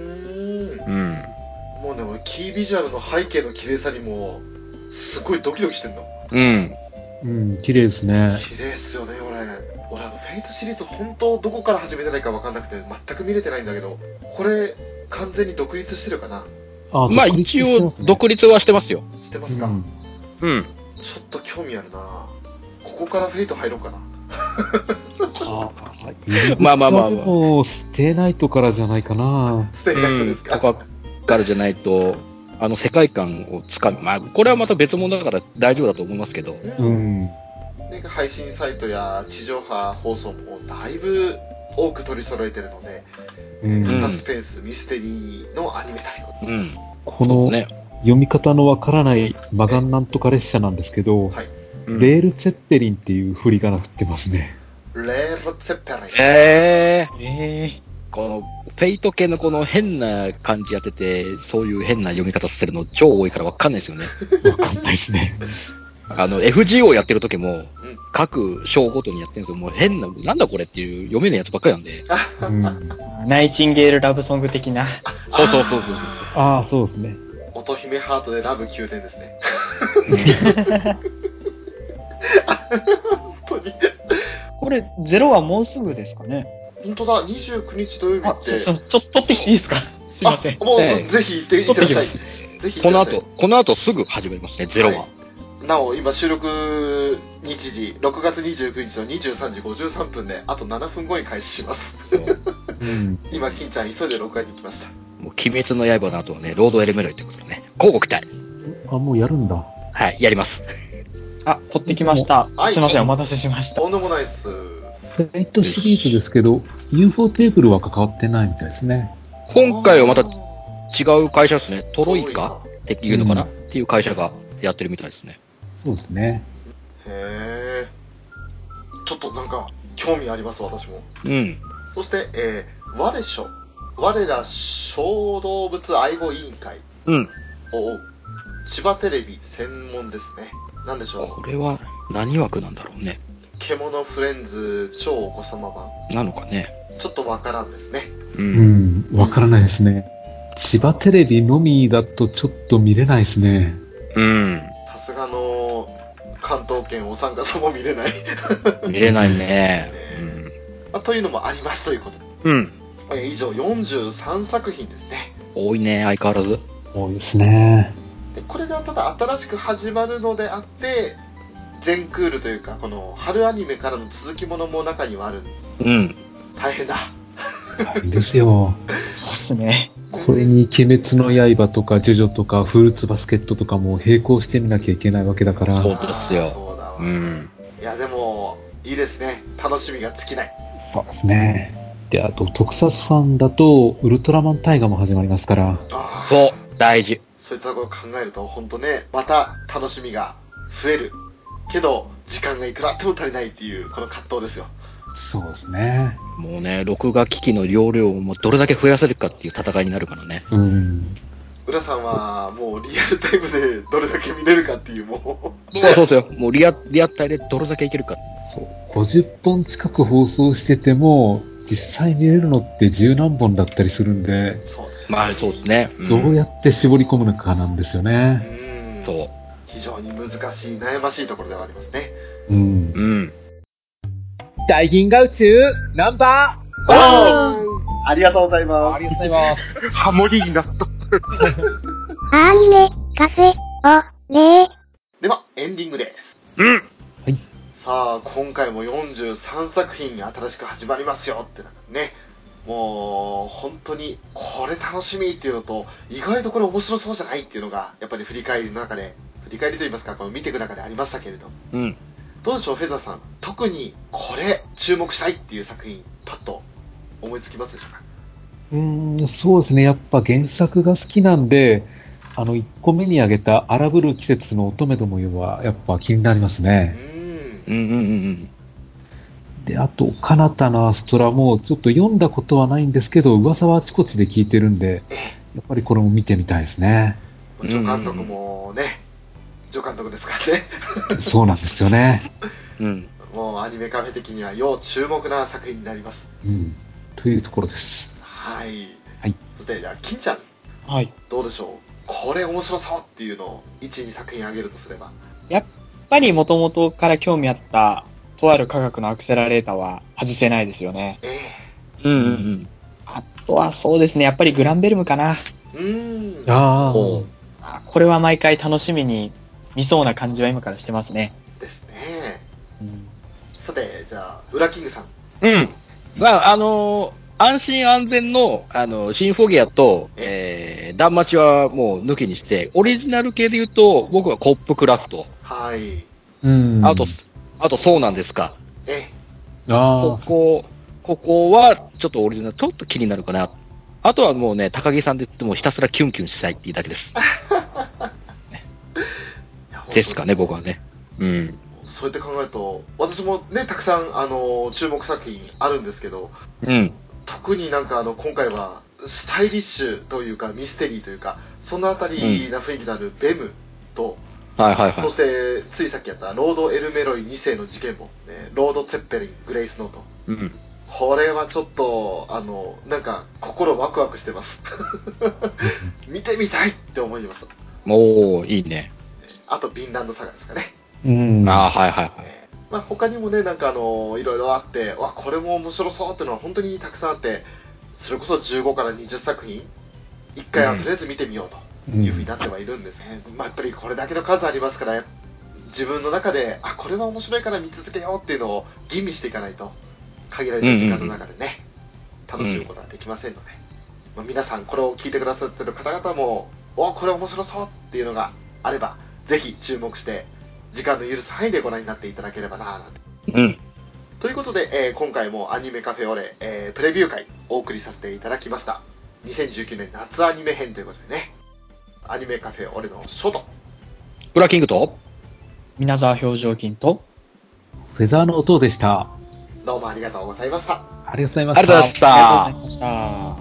もうね、俺キービジュアルの背景の綺麗さにもすごいドキドキしてんの。 綺麗ですね。 綺麗っすよね、俺フェイトシリーズ本当どこから始めてないか分かんなくて全く見れてないんだけど、これ完全に独立してるかな。 まあ一応独立はしてますよ。 してますか。ちょっと興味あるな。ここからフェイト入ろうかな。 まあ。 ステイナイトからじゃないかな。 ステイナイトですか。 とかからじゃないと、世界観をつかむ。まあ、これはまた別物だから大丈夫だと思いますけど。 配信サイトや地上波放送もだいぶ多く取り揃えてるので、サスペンス、ミステリーのアニメということで。 この、読み方のわからないマガンなんとか列車なんですけど、 はい。 レールツェッペリンっていう振り仮名振ってますね。 レールツェッペリン。 この、フェイト系のこの変な感じやってて、そういう変な読み方してるの超多いからわかんないですよね。 わかんないですね。 FGO やってる時も、各章ごとにやってるんですよ。もう変な、なんだこれっていう読めないやつばっかりなんで。 ナイチンゲールラブソング的な。 そう。 ああ、そうですね。 乙姫ハートでラブ宮殿ですね。本当に。 これ、0はもうすぐですかね。 本当だ、29日土曜日って。 ちょっと取ってきていいですか？すいません。 もう、ぜひ行ってください。ぜひこの後すぐ始まりますね、0は。 なお、今収録日時、6月29日の23時53分で、あと7分後に開始します。今、金ちゃん急いで録画に行きました。 もう、鬼滅の刃の後はね、ロードエレメロイってことでね、交互期待。 あ、もうやるんだ。 はい、やります。 取ってきました。すいません、お待たせしました。 とんでもないっす。 フェイトシリーズですけど、UFO テーブルは関わってないみたいですね。 今回はまた違う会社ですね。トロイカっていうのかな、っていう会社がやってるみたいですね。 そうですね。 へー。ちょっとなんか、興味あります、私も。そして、我ら小動物愛護委員会。千葉テレビ専門ですね。なんでしょう。 これは何枠なんだろうね。 獣フレンズ超お子様版なのかね。 ちょっとわからんですね。 わからないですね。千葉テレビのみだとちょっと見れないですね。 さすがの関東圏お三方も見れない。 見れないね。 というのもありますということで。以上43作品ですね。 多いね、相変わらず。 多いですね。 でこれがただ新しく始まるのであって、全クールというか、この春アニメからの続きものも中にはある。大変だ。 いいですよ。 そうっすね。 これに鬼滅の刃とかジョジョとかフルーツバスケットとかも並行してみなきゃいけないわけだから。 そうですよ。 そうだわ。いやでもいいですね。楽しみが尽きない。 そうですね。で、あと特撮ファンだとウルトラマンタイガも始まりますから。 そう、大事。 そういったところを考えると本当ね、また楽しみが増える。けど時間がいくらあっても足りないっていうこの葛藤ですよ。 そうですね。 もうね、録画機器の容量をもうどれだけ増やせるかっていう戦いになるからね。 浦さんはもうリアルタイムでどれだけ見れるかっていうもう。 そうですよ。もうリアタイでどれだけいけるか。 そう。50本近く放送してても、実際見れるのって10何本だったりするんで。 そうですね。 まあそうですね。 どうやって絞り込むのかなんですよね。 そう。 非常に難しい、悩ましいところではありますね。 大銀河宇宙ナンバーワン。ありがとうございます。 ありがとうございます。 ハモリになった。 アニメカフェオレ。 ではエンディングです。さあ今回も43作品新しく始まりますよってなんかね。もう本当にこれ楽しみっていうのと意外とこれ面白そうじゃないっていうのがやっぱり振り返りの中で振り返りといいますかこの見ていく中でありましたけれど、どうでしょうフェザーさん、特にこれ注目したいっていう作品パッと思いつきますでしょうか？ そうですね。やっぱ原作が好きなんで、1個目に挙げた荒ぶる季節の乙女どもよはやっぱ気になりますね。で、あと、カナタのアストラもちょっと読んだことはないんですけど、噂はあちこちで聞いてるんで、やっぱりこれも見てみたいですね。 助監督もね、助監督ですからね。 そうなんですよね。 もうアニメカフェ的には要注目な作品になります。 というところです。 はい。そしてじゃあ金ちゃん、どうでしょう。これ面白そうっていうのを1、2作品挙げるとすれば。 やっぱり元々から興味あったとある科学のアクセラレーターは外せないですよね。あとはそうですね、やっぱりグランベルムかな。これは毎回楽しみに見そうな感じは今からしてますね。 ですね。さて、じゃあ、ウラキングさん。 まあ、安心安全の、シンフォギアと、ダンマチはもう抜きにして、オリジナル系で言うと、僕はコップクラフト。あとそうなんですか。こここは、ちょっとオリジナル、ちょっと気になるかな。あとはもうね、高木さんで言ってもひたすらキュンキュンしたいっていうだけです。ね、ですかね、僕はね。うん。 そうやって考えると、私もね、たくさん、注目作品あるんですけど、 うん。 特になんか今回は、スタイリッシュというか、ミステリーというか、そのあたりな雰囲気のあるベムと、 はいはいはい。 そして、ついさっきやったロード・エルメロイ2世の事件簿、ね、ロード・ツェッペリン、グレイス・ノート。 うん。 これはちょっと、なんか、心ワクワクしてます。見てみたいって思いました。 おー、いいね。 あと、ヴィンランドサガですかね。 ああ、はいはいはい。 まあ、他にもね、なんかいろいろあって、わ、これも面白そうっていうのは本当にたくさんあって、それこそ15から20作品、一回はとりあえず見てみようというふうになってはいるんですね。まあ、やっぱりこれだけの数ありますから、自分の中で、あ、これは面白いから見続けようっていうのを吟味していかないと、限られた時間の中でね、楽しむことはできませんので、まあ、皆さんこれを聞いてくださってる方々も、お、これ面白そうっていうのがあれば、ぜひ注目して、時間の許す範囲でご覧になっていただければなぁなんて。 うん。 ということで、今回もアニメカフェオレ、プレビュー会お送りさせていただきました。2019年夏アニメ編ということでね、アニメカフェオレのショと、 ブラキングと、 皆沢表情筋と、 フェザーの音でした。 どうもありがとうございました。 ありがとうございました。 ありがとうございました。 ありがとうございました。